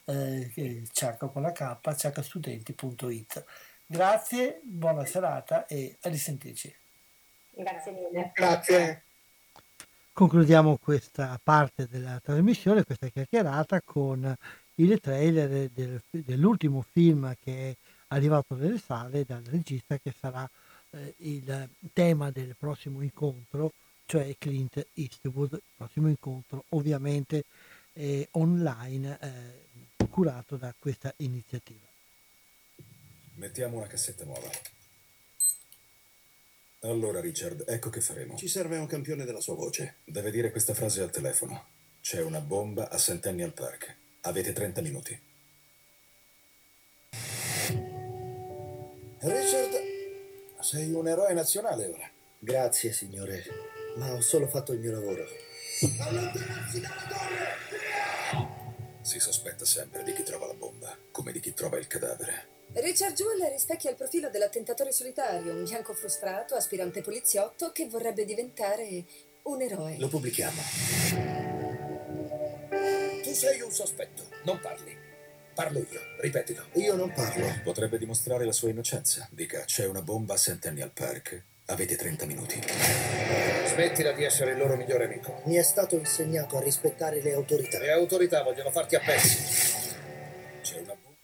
eh, ciak con la K, ciak studenti punto it. Grazie, buona serata e a risentirci. Grazie mille. Grazie. Concludiamo questa parte della trasmissione, questa chiacchierata, con il trailer del, dell'ultimo film che è arrivato nelle sale dal regista, che sarà eh, il tema del prossimo incontro, cioè Clint Eastwood. Il prossimo incontro ovviamente eh, online, eh, curato da questa iniziativa. Mettiamo una cassetta nuova. Allora Richard, ecco che faremo. Ci serve un campione della sua voce. Deve dire questa frase al telefono. C'è una bomba a Centennial Park. Avete trenta minuti. Richard, sei un eroe nazionale ora. Grazie, signore, ma ho solo fatto il mio lavoro. Allontanarsi dalla torre! Si sospetta sempre di chi trova la bomba, come di chi trova il cadavere. Richard Jewell rispecchia il profilo dell'attentatore solitario, un bianco frustrato, aspirante poliziotto che vorrebbe diventare un eroe. Lo pubblichiamo. Tu sei un sospetto, non parli. Parlo io, ripetilo. Io non parlo. Potrebbe dimostrare la sua innocenza. Dica, c'è una bomba a Centennial Park. Avete trenta minuti. Smettila di essere il loro migliore amico. Mi è stato insegnato a rispettare le autorità. Le autorità vogliono farti a pezzi. C'è una bomba.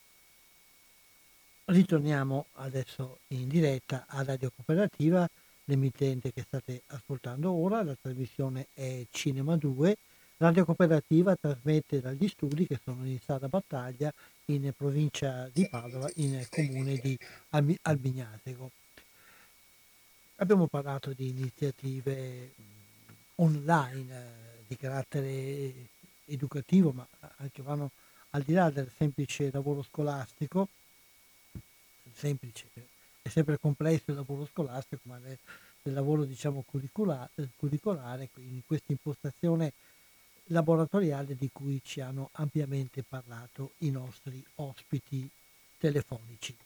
Ritorniamo adesso in diretta a Radio Cooperativa, l'emittente che state ascoltando ora. La trasmissione è Cinema due. Radio Cooperativa trasmette dagli studi che sono in Sala Battaglia, in provincia di Padova, in comune di Albi- Albignasego. Abbiamo parlato di iniziative online eh, di carattere educativo, ma anche vanno al di là del semplice lavoro scolastico. Semplice, è sempre complesso il lavoro scolastico, ma del, del lavoro diciamo curricula, curricolare, in questa impostazione laboratoriale di cui ci hanno ampiamente parlato i nostri ospiti telefonici.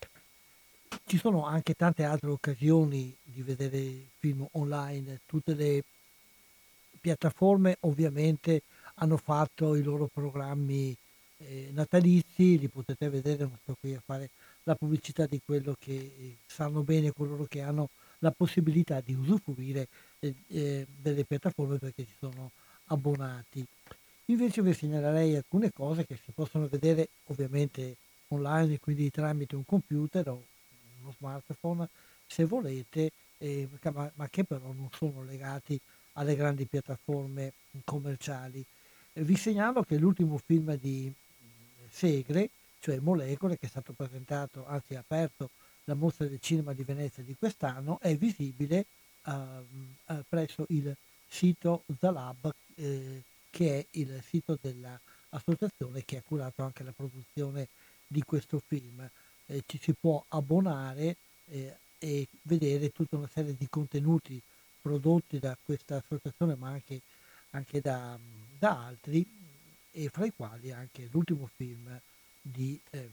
Ci sono anche tante altre occasioni di vedere film online. Tutte le piattaforme ovviamente hanno fatto i loro programmi eh, natalizi, li potete vedere, non sto qui a fare la pubblicità di quello che eh, sanno bene coloro che hanno la possibilità di usufruire eh, eh, delle piattaforme perché ci sono abbonati. Invece vi segnalerei alcune cose che si possono vedere ovviamente online, quindi tramite un computer o uno smartphone se volete, eh, ma, ma che però non sono legati alle grandi piattaforme commerciali. Eh, vi segnalo che l'ultimo film di Segre, cioè Molecole, che è stato presentato, anzi aperto la mostra del cinema di Venezia di quest'anno, è visibile uh, uh, presso il sito Zalab, eh, che è il sito dell'associazione che ha curato anche la produzione di questo film. Eh, ci si può abbonare eh, e vedere tutta una serie di contenuti prodotti da questa associazione, ma anche, anche da, da altri, e fra i quali anche l'ultimo film di, eh,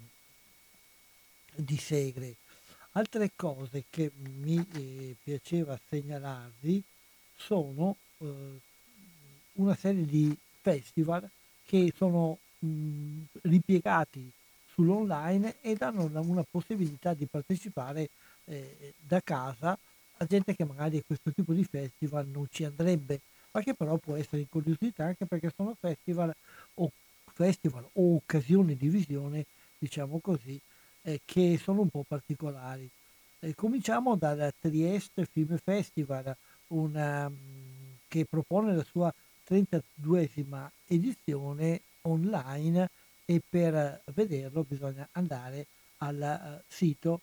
di Segre. Altre cose che mi eh, piaceva segnalarvi sono eh, una serie di festival che sono mh, ripiegati sull'online e danno una, una possibilità di partecipare eh, da casa a gente che magari a questo tipo di festival non ci andrebbe, ma che però può essere incuriosita anche perché sono festival o festival o occasioni di visione, diciamo così, eh, che sono un po' particolari. Eh, cominciamo dal Trieste Film Festival, una, che propone la sua trentaduesima edizione online, e per vederlo bisogna andare al uh, sito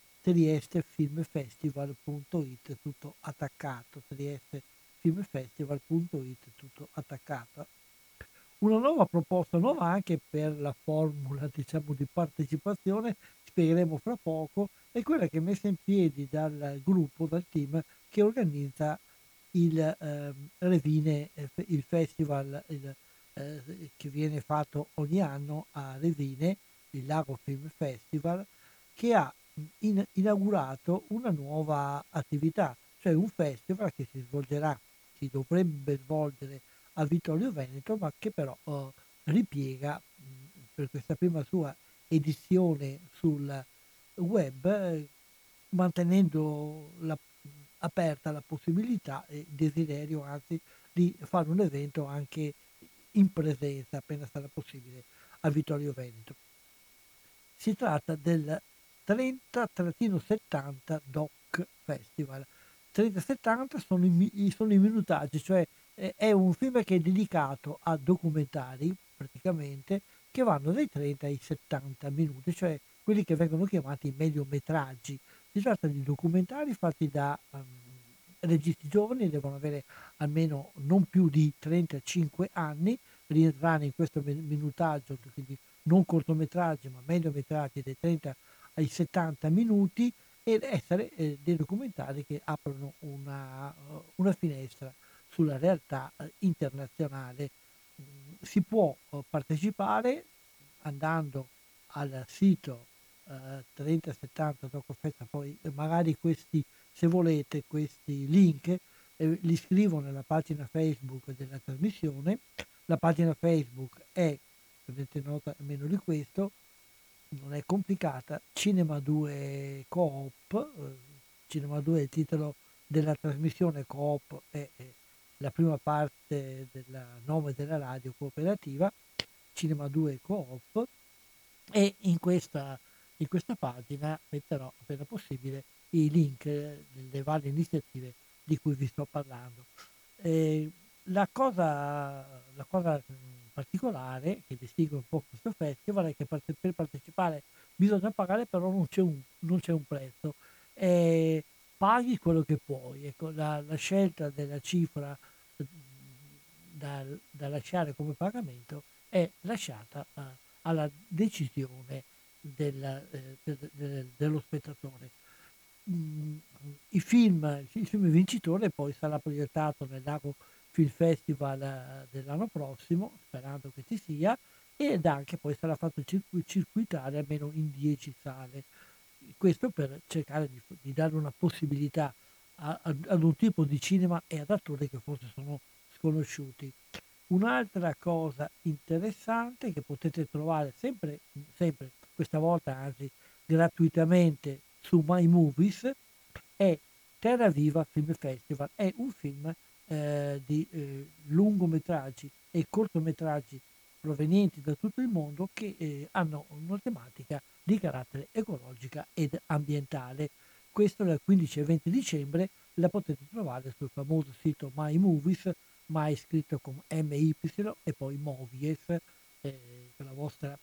triestefilmfestival punto it, tutto attaccato, triestefilmfestival punto it, tutto attaccato. Una nuova proposta, nuova anche per la formula, diciamo, di partecipazione, spiegheremo fra poco, è quella che è messa in piedi dal gruppo, dal team che organizza il eh, Revine, eh, il festival il, eh, che viene fatto ogni anno a Revine, il Lago Film Festival, che ha in, inaugurato una nuova attività, cioè un festival che si svolgerà, si dovrebbe svolgere a Vittorio Veneto, ma che però eh, ripiega mh, per questa prima sua edizione sul web, eh, mantenendo la, mh, aperta la possibilità e il desiderio anzi di fare un evento anche in presenza appena sarà possibile a Vittorio Veneto. Si tratta del trenta settanta Doc Festival. trenta settanta sono i, sono i minutaggi, cioè eh, è un film che è dedicato a documentari praticamente che vanno dai trenta ai settanta minuti, cioè quelli che vengono chiamati mediometraggi. Si tratta di documentari fatti da um, registi giovani, devono avere almeno non più di trentacinque anni, rientrare in questo minutaggio, quindi non cortometraggi ma mediometraggi dai trenta ai settanta minuti, ed essere eh, dei documentari che aprono una, una finestra sulla realtà eh, internazionale. Si può eh, partecipare andando al sito eh, trenta settanta Docofesta, poi magari questi, se volete, questi link eh, li scrivo nella pagina Facebook della trasmissione. La pagina Facebook è prendete nota almeno di questo, non è complicata. Cinema due Coop, eh, Cinema due è il titolo della trasmissione, Coop è, è la prima parte del nome della radio cooperativa, Cinema due Coop, e in questa, in questa pagina metterò appena possibile i link delle varie iniziative di cui vi sto parlando. Eh, la cosa, la cosa particolare che distingue un po' questo festival è che per, per partecipare bisogna pagare, però non c'è un, non c'è un prezzo, eh, paghi quello che puoi. Ecco, la, la scelta della cifra da, da lasciare come pagamento è lasciata uh, alla decisione del, eh, de, de, dello spettatore. Mm, i film, il film vincitore poi sarà proiettato nel Lago Film Festival uh, dell'anno prossimo, sperando che ci sia, ed anche poi sarà fatto circu- circuitare almeno in dieci sale. Questo per cercare di, di dare una possibilità a, a, ad un tipo di cinema e ad attori che forse sono sconosciuti. Un'altra cosa interessante che potete trovare sempre, sempre questa volta anzi gratuitamente su My Movies è Terra Viva Film Festival. È un film eh, di eh, lungometraggi e cortometraggi provenienti da tutto il mondo che eh, hanno una tematica di carattere ecologica ed ambientale. Questo dal quindici al venti dicembre, la potete trovare sul famoso sito My Movies, mai scritto con M Y e poi Movies, eh, per la vostra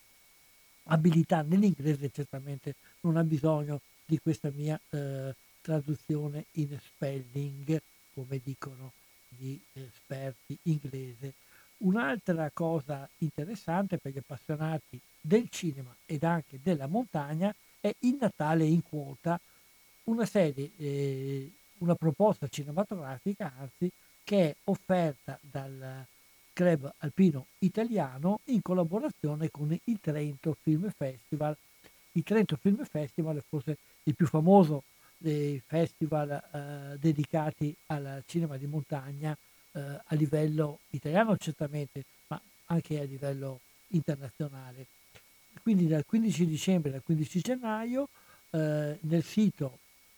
abilità nell'inglese certamente non ha bisogno di questa mia eh, traduzione in spelling, come dicono gli esperti inglese. Un'altra cosa interessante per gli appassionati del cinema ed anche della montagna è Il Natale in quota, una serie, eh, una proposta cinematografica anzi, che è offerta dal Club Alpino Italiano in collaborazione con il Trento Film Festival. Il Trento Film Festival è forse il più famoso dei festival eh, dedicati al cinema di montagna eh, a livello italiano certamente, ma anche a livello internazionale. Quindi dal quindici dicembre al quindici gennaio eh, nel sito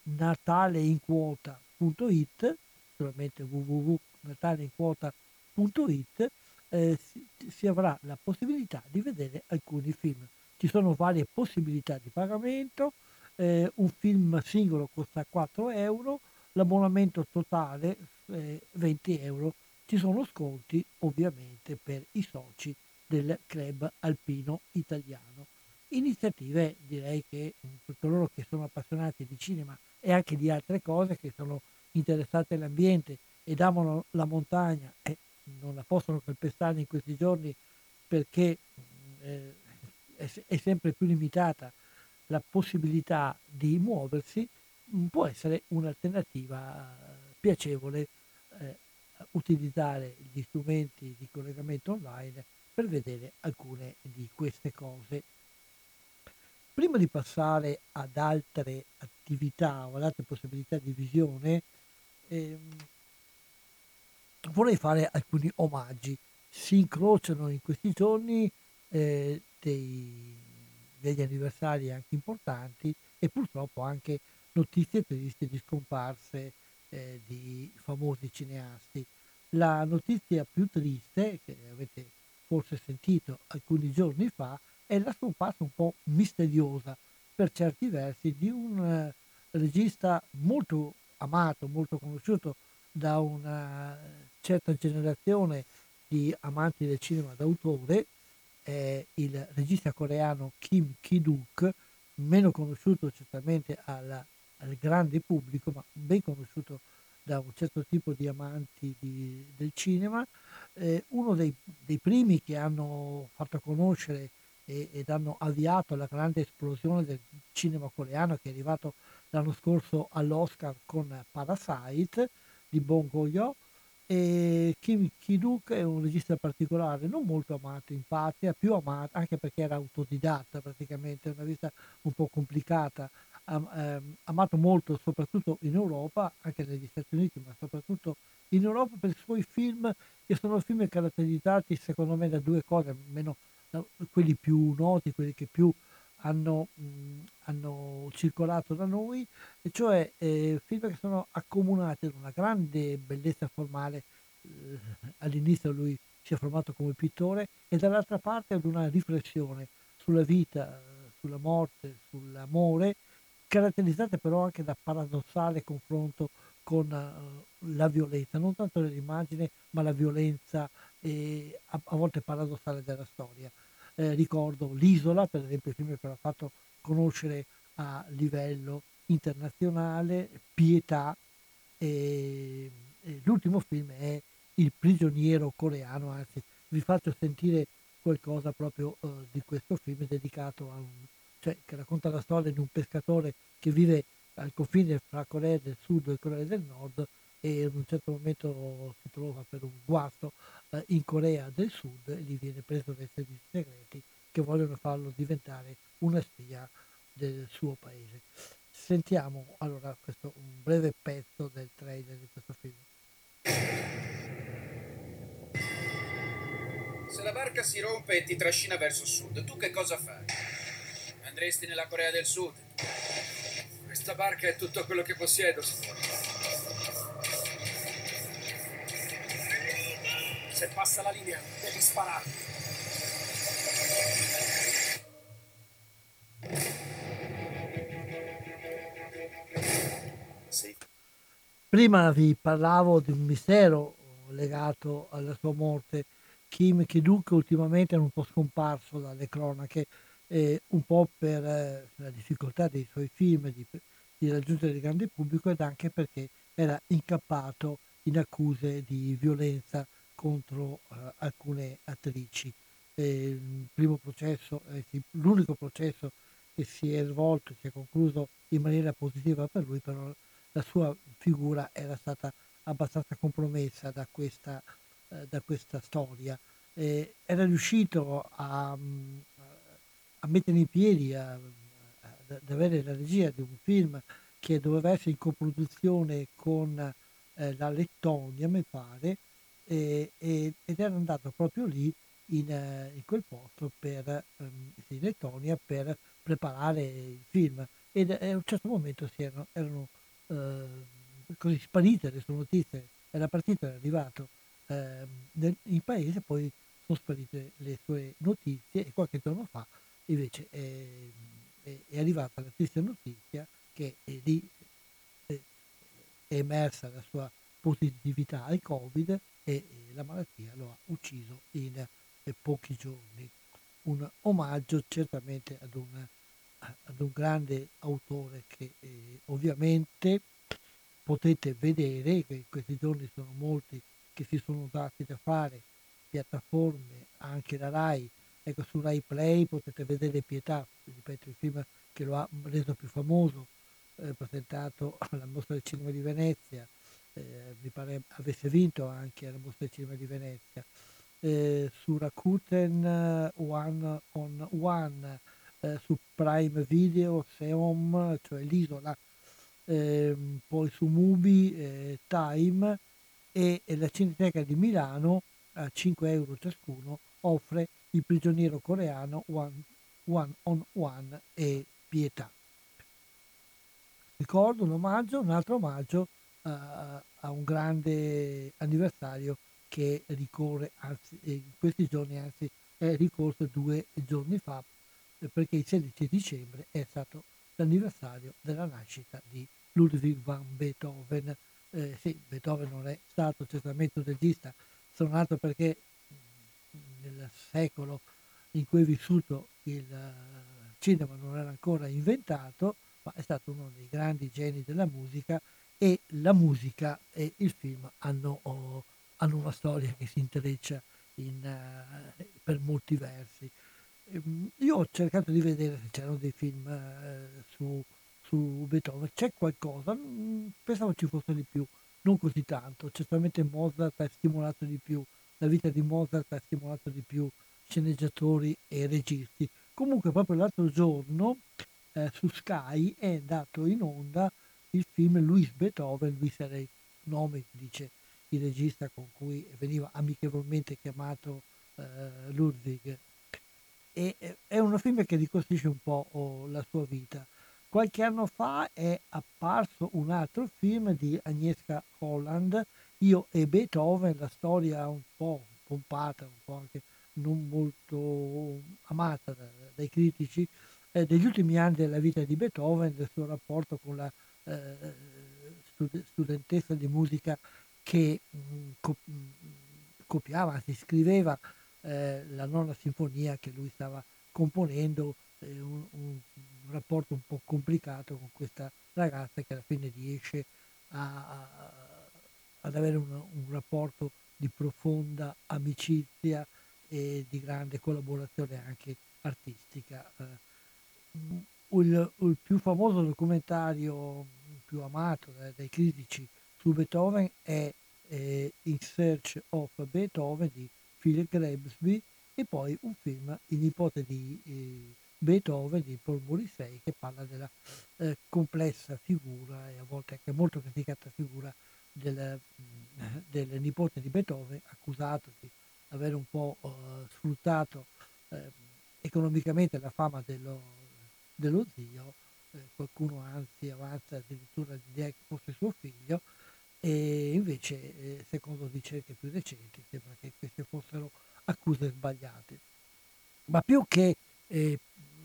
nataleinquota punto it, naturalmente w w w punto nataleinquota punto it, eh, si, si avrà la possibilità di vedere alcuni film. Ci sono varie possibilità di pagamento, eh, un film singolo costa quattro euro, l'abbonamento totale eh, venti euro. Ci sono sconti ovviamente per i soci del Club Alpino Italiano. Iniziative, direi che per coloro che sono appassionati di cinema e anche di altre cose, che sono interessati all'ambiente ed amano la montagna e non la possono calpestare in questi giorni perché eh, è, è sempre più limitata la possibilità di muoversi, può essere un'alternativa piacevole eh, utilizzare gli strumenti di collegamento online per vedere alcune di queste cose. Prima di passare ad altre attività o ad altre possibilità di visione, ehm, vorrei fare alcuni omaggi. Si incrociano in questi giorni eh, dei, degli anniversari anche importanti e purtroppo anche notizie triste di scomparse eh, di famosi cineasti. La notizia più triste, che avete forse sentito alcuni giorni fa, è la scomparsa un po' misteriosa per certi versi di un uh, regista molto amato, molto conosciuto da una certa generazione di amanti del cinema d'autore, è il regista coreano Kim Ki-duk, meno conosciuto certamente al, al grande pubblico, ma ben conosciuto da un certo tipo di amanti di, del cinema, eh, uno dei, dei primi che hanno fatto conoscere e, ed hanno avviato la grande esplosione del cinema coreano, che è arrivato l'anno scorso all'Oscar con Parasite di Bong Joon-ho. E Kim Ki-duk è un regista particolare, non molto amato in patria, più amato anche perché era autodidatta praticamente, una vita un po' complicata, am, ehm, amato molto soprattutto in Europa, anche negli Stati Uniti, ma soprattutto in Europa per i suoi film, che sono film caratterizzati secondo me da due cose, almeno da, quelli più noti, quelli che più hanno, mh, hanno circolato da noi, e cioè eh, film che sono accomunati da una grande bellezza formale. Eh, all'inizio lui si è formato come pittore, e dall'altra parte ad una riflessione sulla vita, sulla morte, sull'amore, caratterizzate però anche da paradossale confronto con uh, la violenza, non tanto dell'immagine, ma la violenza eh, a, a volte paradossale della storia. Eh, ricordo L'Isola, per esempio, il film che l'ha fatto conoscere a livello internazionale, Pietà, e, e l'ultimo film è Il prigioniero coreano, anzi vi faccio sentire qualcosa proprio uh, di questo film dedicato a un, cioè che racconta la storia di un pescatore che vive al confine fra Corea del Sud e Corea del Nord, e in un certo momento si trova per un guasto eh, in Corea del Sud, e lì viene preso dai servizi segreti che vogliono farlo diventare una spia del suo paese. Sentiamo allora questo un breve pezzo del trailer di questo film. Se la barca si rompe e ti trascina verso sud, tu che cosa fai? Andresti nella Corea del Sud? Questa barca è tutto quello che possiedo, signore. Se passa la linea, devi sparare. Sì. Prima vi parlavo di un mistero legato alla sua morte. Kim Ki-duk ultimamente è un po' scomparso dalle cronache, eh, un po' per eh, la difficoltà dei suoi film di, di raggiungere il grande pubblico, ed anche perché era incappato in accuse di violenza contro eh, alcune attrici. Eh, il primo processo, eh, sì, l'unico processo che si è svolto, si è concluso in maniera positiva per lui, però la sua figura era stata abbastanza compromessa da questa, eh, da questa storia. Eh, era riuscito a, a mettere in piedi, a, a, ad avere la regia di un film che doveva essere in coproduzione con eh, la Lettonia, mi pare, e, e, ed era andato proprio lì in, uh, in quel posto per um, in Lettonia per preparare il film, ed a un certo momento si erano, erano uh, così sparite le sue notizie. Era partito, era arrivato uh, nel, in paese, poi sono sparite le sue notizie, e qualche giorno fa invece è, è, è arrivata la triste notizia che è lì è, è emersa la sua positività al Covid, e, e la malattia lo ha ucciso in eh, pochi giorni. Un omaggio certamente ad un, ad un grande autore che eh, ovviamente potete vedere, che in questi giorni sono molti che si sono dati da fare, piattaforme, anche la Rai, ecco, su Rai Play potete vedere Pietà, ripeto, il film che lo ha reso più famoso, eh, presentato alla Mostra del Cinema di Venezia, eh, mi pare avesse vinto anche alla Mostra del Cinema di Venezia, eh, su Rakuten One on One, eh, su Prime Video, Seom, cioè l'Isola, eh, poi su Mubi, eh, Time, e, e la Cineteca di Milano a cinque euro ciascuno offre Il prigioniero coreano, One, One on One e Pietà. Ricordo un omaggio, un altro omaggio uh, a un grande anniversario che ricorre, anzi in questi giorni, anzi è ricorso due giorni fa, perché il sedici dicembre è stato l'anniversario della nascita di Ludwig van Beethoven. Eh, sì, Beethoven non è stato certamente un regista suonato, perché nel secolo in cui è vissuto il uh, cinema non era ancora inventato, ma è stato uno dei grandi geni della musica, e la musica e il film hanno, oh, hanno una storia che si intreccia in, uh, per molti versi. Um, io ho cercato di vedere se c'erano dei film uh, su, su Beethoven, c'è qualcosa, mh, pensavo ci fosse di più, non così tanto, certamente Mozart ha stimolato di più, la vita di Mozart ha stimolato di più sceneggiatori e registi. Comunque proprio l'altro giorno eh, su Sky è andato in onda il film Louis Beethoven, Louis era il nome, dice il regista con cui veniva amichevolmente chiamato eh, Ludwig, e e è un film che ricostruisce un po' oh, la sua vita. Qualche anno fa è apparso un altro film di Agnieszka Holland, Io e Beethoven, la storia un po' pompata, un po' anche non molto amata da- dai critici, eh, degli ultimi anni della vita di Beethoven, del suo rapporto con la eh, stud- studentessa di musica che mh, co- mh, copiava, anzi scriveva eh, la nona sinfonia che lui stava componendo, eh, un, un- un rapporto un po' complicato con questa ragazza che alla fine riesce a- a- ad avere un, un rapporto di profonda amicizia e di grande collaborazione anche artistica. Eh, Mm, il, il più famoso documentario, più amato dai, dai critici su Beethoven è eh, In Search of Beethoven di Philip Grimsby, e poi un film, Il nipote di eh, Beethoven di Paul Morrissey, che parla della eh, complessa figura e a volte anche molto criticata figura del, mm, del nipote di Beethoven, accusato di aver un po' eh, sfruttato eh, economicamente la fama dello, dello zio. Eh, qualcuno anzi avanza addirittura l'idea che fosse suo figlio, e invece eh, secondo ricerche più recenti sembra che queste fossero accuse sbagliate. Ma più che, eh,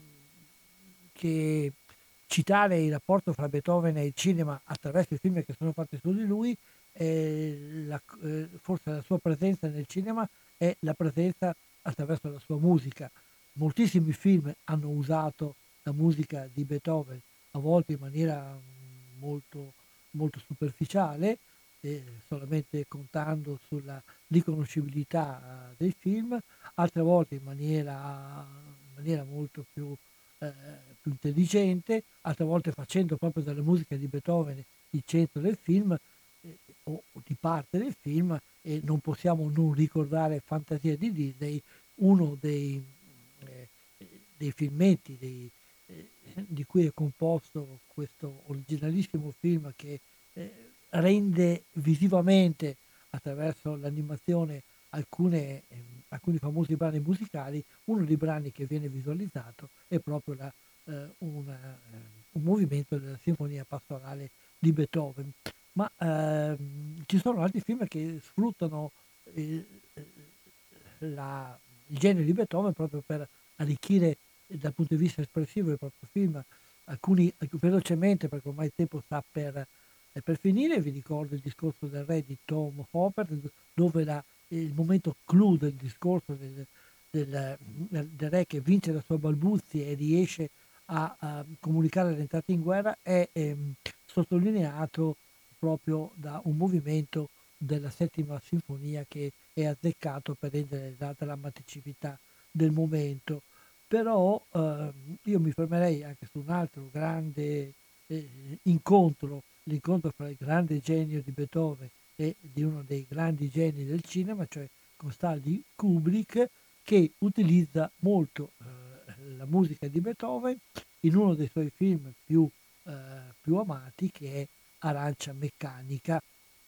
che citare il rapporto fra Beethoven e il cinema attraverso i film che sono fatti su di lui, eh, la- eh, forse la sua presenza nel cinema è la presenza attraverso la sua musica. Moltissimi film hanno usato la musica di Beethoven, a volte in maniera mm, molto, molto superficiale, eh, solamente contando sulla riconoscibilità eh, dei film, altre volte in maniera, in maniera molto più, eh, più intelligente, altre volte facendo proprio della musica di Beethoven il centro del film, eh, o, o di parte del film, e non possiamo non ricordare Fantasia di Disney, uno dei, eh, dei filmetti dei, eh, di cui è composto questo originalissimo film che eh, rende visivamente attraverso l'animazione alcune, ehm, alcuni famosi brani musicali. Uno dei brani che viene visualizzato è proprio la, eh, una, eh, un movimento della Sinfonia Pastorale di Beethoven. Ma ehm, ci sono altri film che sfruttano eh, la- il genere di Beethoven proprio per arricchire eh, dal punto di vista espressivo il proprio film. Alcuni ecco, velocemente, perché ormai il tempo sta per, eh, per finire. Vi ricordo Il discorso del re di Tom Hopper, dove la- il momento clou del discorso del, del- del- del re che vince la sua balbuzia e riesce a, a comunicare l'entrata in guerra è ehm, sottolineato proprio da un movimento della settima sinfonia che è azzeccato per rendere la drammaticità del momento. Però ehm, io mi fermerei anche su un altro grande eh, incontro, l'incontro fra il grande genio di Beethoven e di uno dei grandi geni del cinema, cioè con Stanley Kubrick, che utilizza molto eh, la musica di Beethoven in uno dei suoi film più, eh, più amati, che è Arancia Meccanica.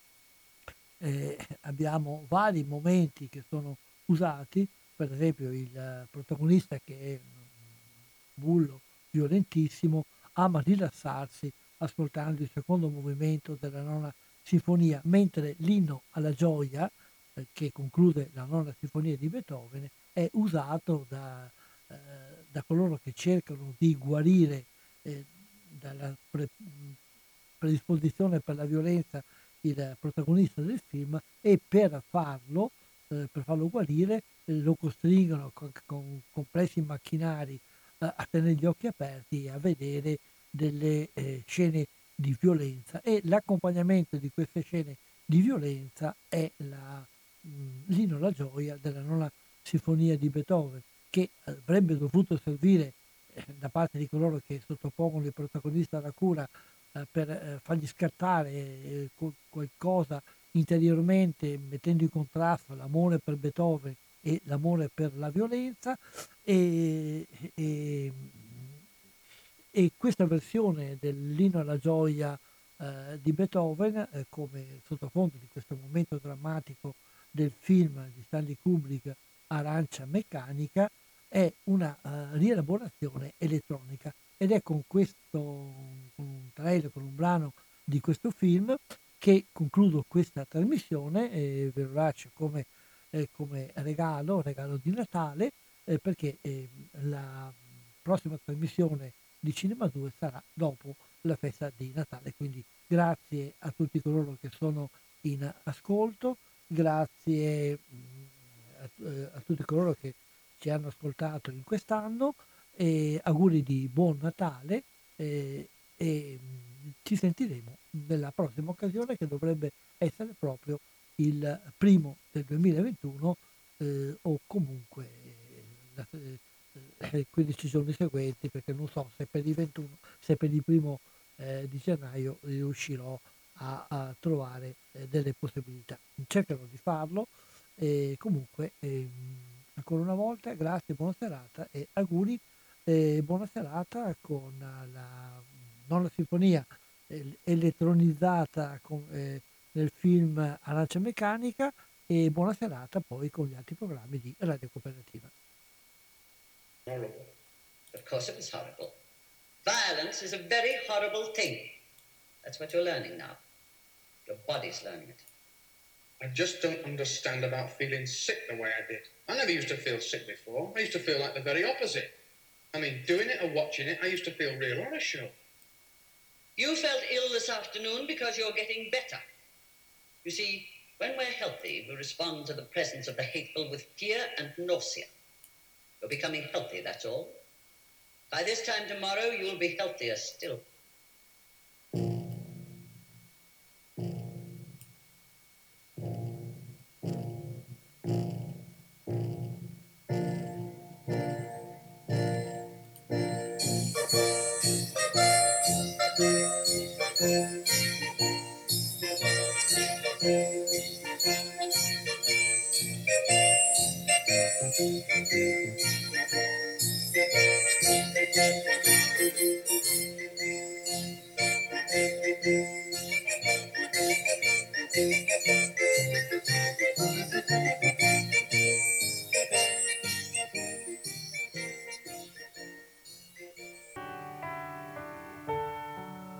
Eh, abbiamo vari momenti che sono usati, per esempio il eh, protagonista, che è un bullo violentissimo, ama rilassarsi ascoltando il secondo movimento della nona sinfonia, mentre l'inno alla gioia, eh, che conclude la nona sinfonia di Beethoven, è usato da, eh, da coloro che cercano di guarire eh, dalla pre- predisposizione per la violenza il protagonista del film, e per farlo, eh, per farlo guarire, eh, lo costringono con, con complessi macchinari eh, a tenere gli occhi aperti e a vedere delle eh, scene di violenza, e l'accompagnamento di queste scene di violenza è la, mh, l'inno alla gioia della nona sinfonia di Beethoven, che avrebbe dovuto servire eh, da parte di coloro che sottopongono il protagonista alla cura eh, per eh, fargli scattare eh, co- qualcosa interiormente, mettendo in contrasto l'amore per Beethoven e l'amore per la violenza, e, e, e questa versione dell'inno alla gioia eh, di Beethoven, eh, come sottofondo di questo momento drammatico del film di Stanley Kubrick Arancia Meccanica, è una uh, rielaborazione elettronica, ed è con questo, con un trailer, con un brano di questo film, che concludo questa trasmissione e ve lo lascio come, eh, come regalo, regalo di Natale, eh, perché eh, la prossima trasmissione di Cinema due sarà dopo la festa di Natale. Quindi grazie a tutti coloro che sono in ascolto, grazie mh, a, a tutti coloro che ci hanno ascoltato in quest'anno, e auguri di buon Natale, eh, e mh, ci sentiremo nella prossima occasione, che dovrebbe essere proprio il primo del duemilaventuno, eh, o comunque eh, eh, quindici giorni seguenti, perché non so se per il ventuno, se per il primo eh, di gennaio riuscirò a, a trovare eh, delle possibilità. Cercherò di farlo, e comunque ehm, ancora una volta grazie, buona serata e auguri, eh, buona serata con la, non la sinfonia eh, elettronizzata con, eh, nel film Arancia Meccanica, e buona serata poi con gli altri programmi di Radio Cooperativa. Horrible. Of course it was horrible. Violence is a very horrible thing. That's what you're learning now. Your body's learning it. I just don't understand about feeling sick the way I did. I never used to feel sick before. I used to feel like the very opposite. I mean, doing it or watching it, I used to feel real horror show. You felt ill this afternoon because you're getting better. You see, when we're healthy, we respond to the presence of the hateful with fear and nausea. You're becoming healthy, that's all. By this time tomorrow, you'll be healthier still. Thank you.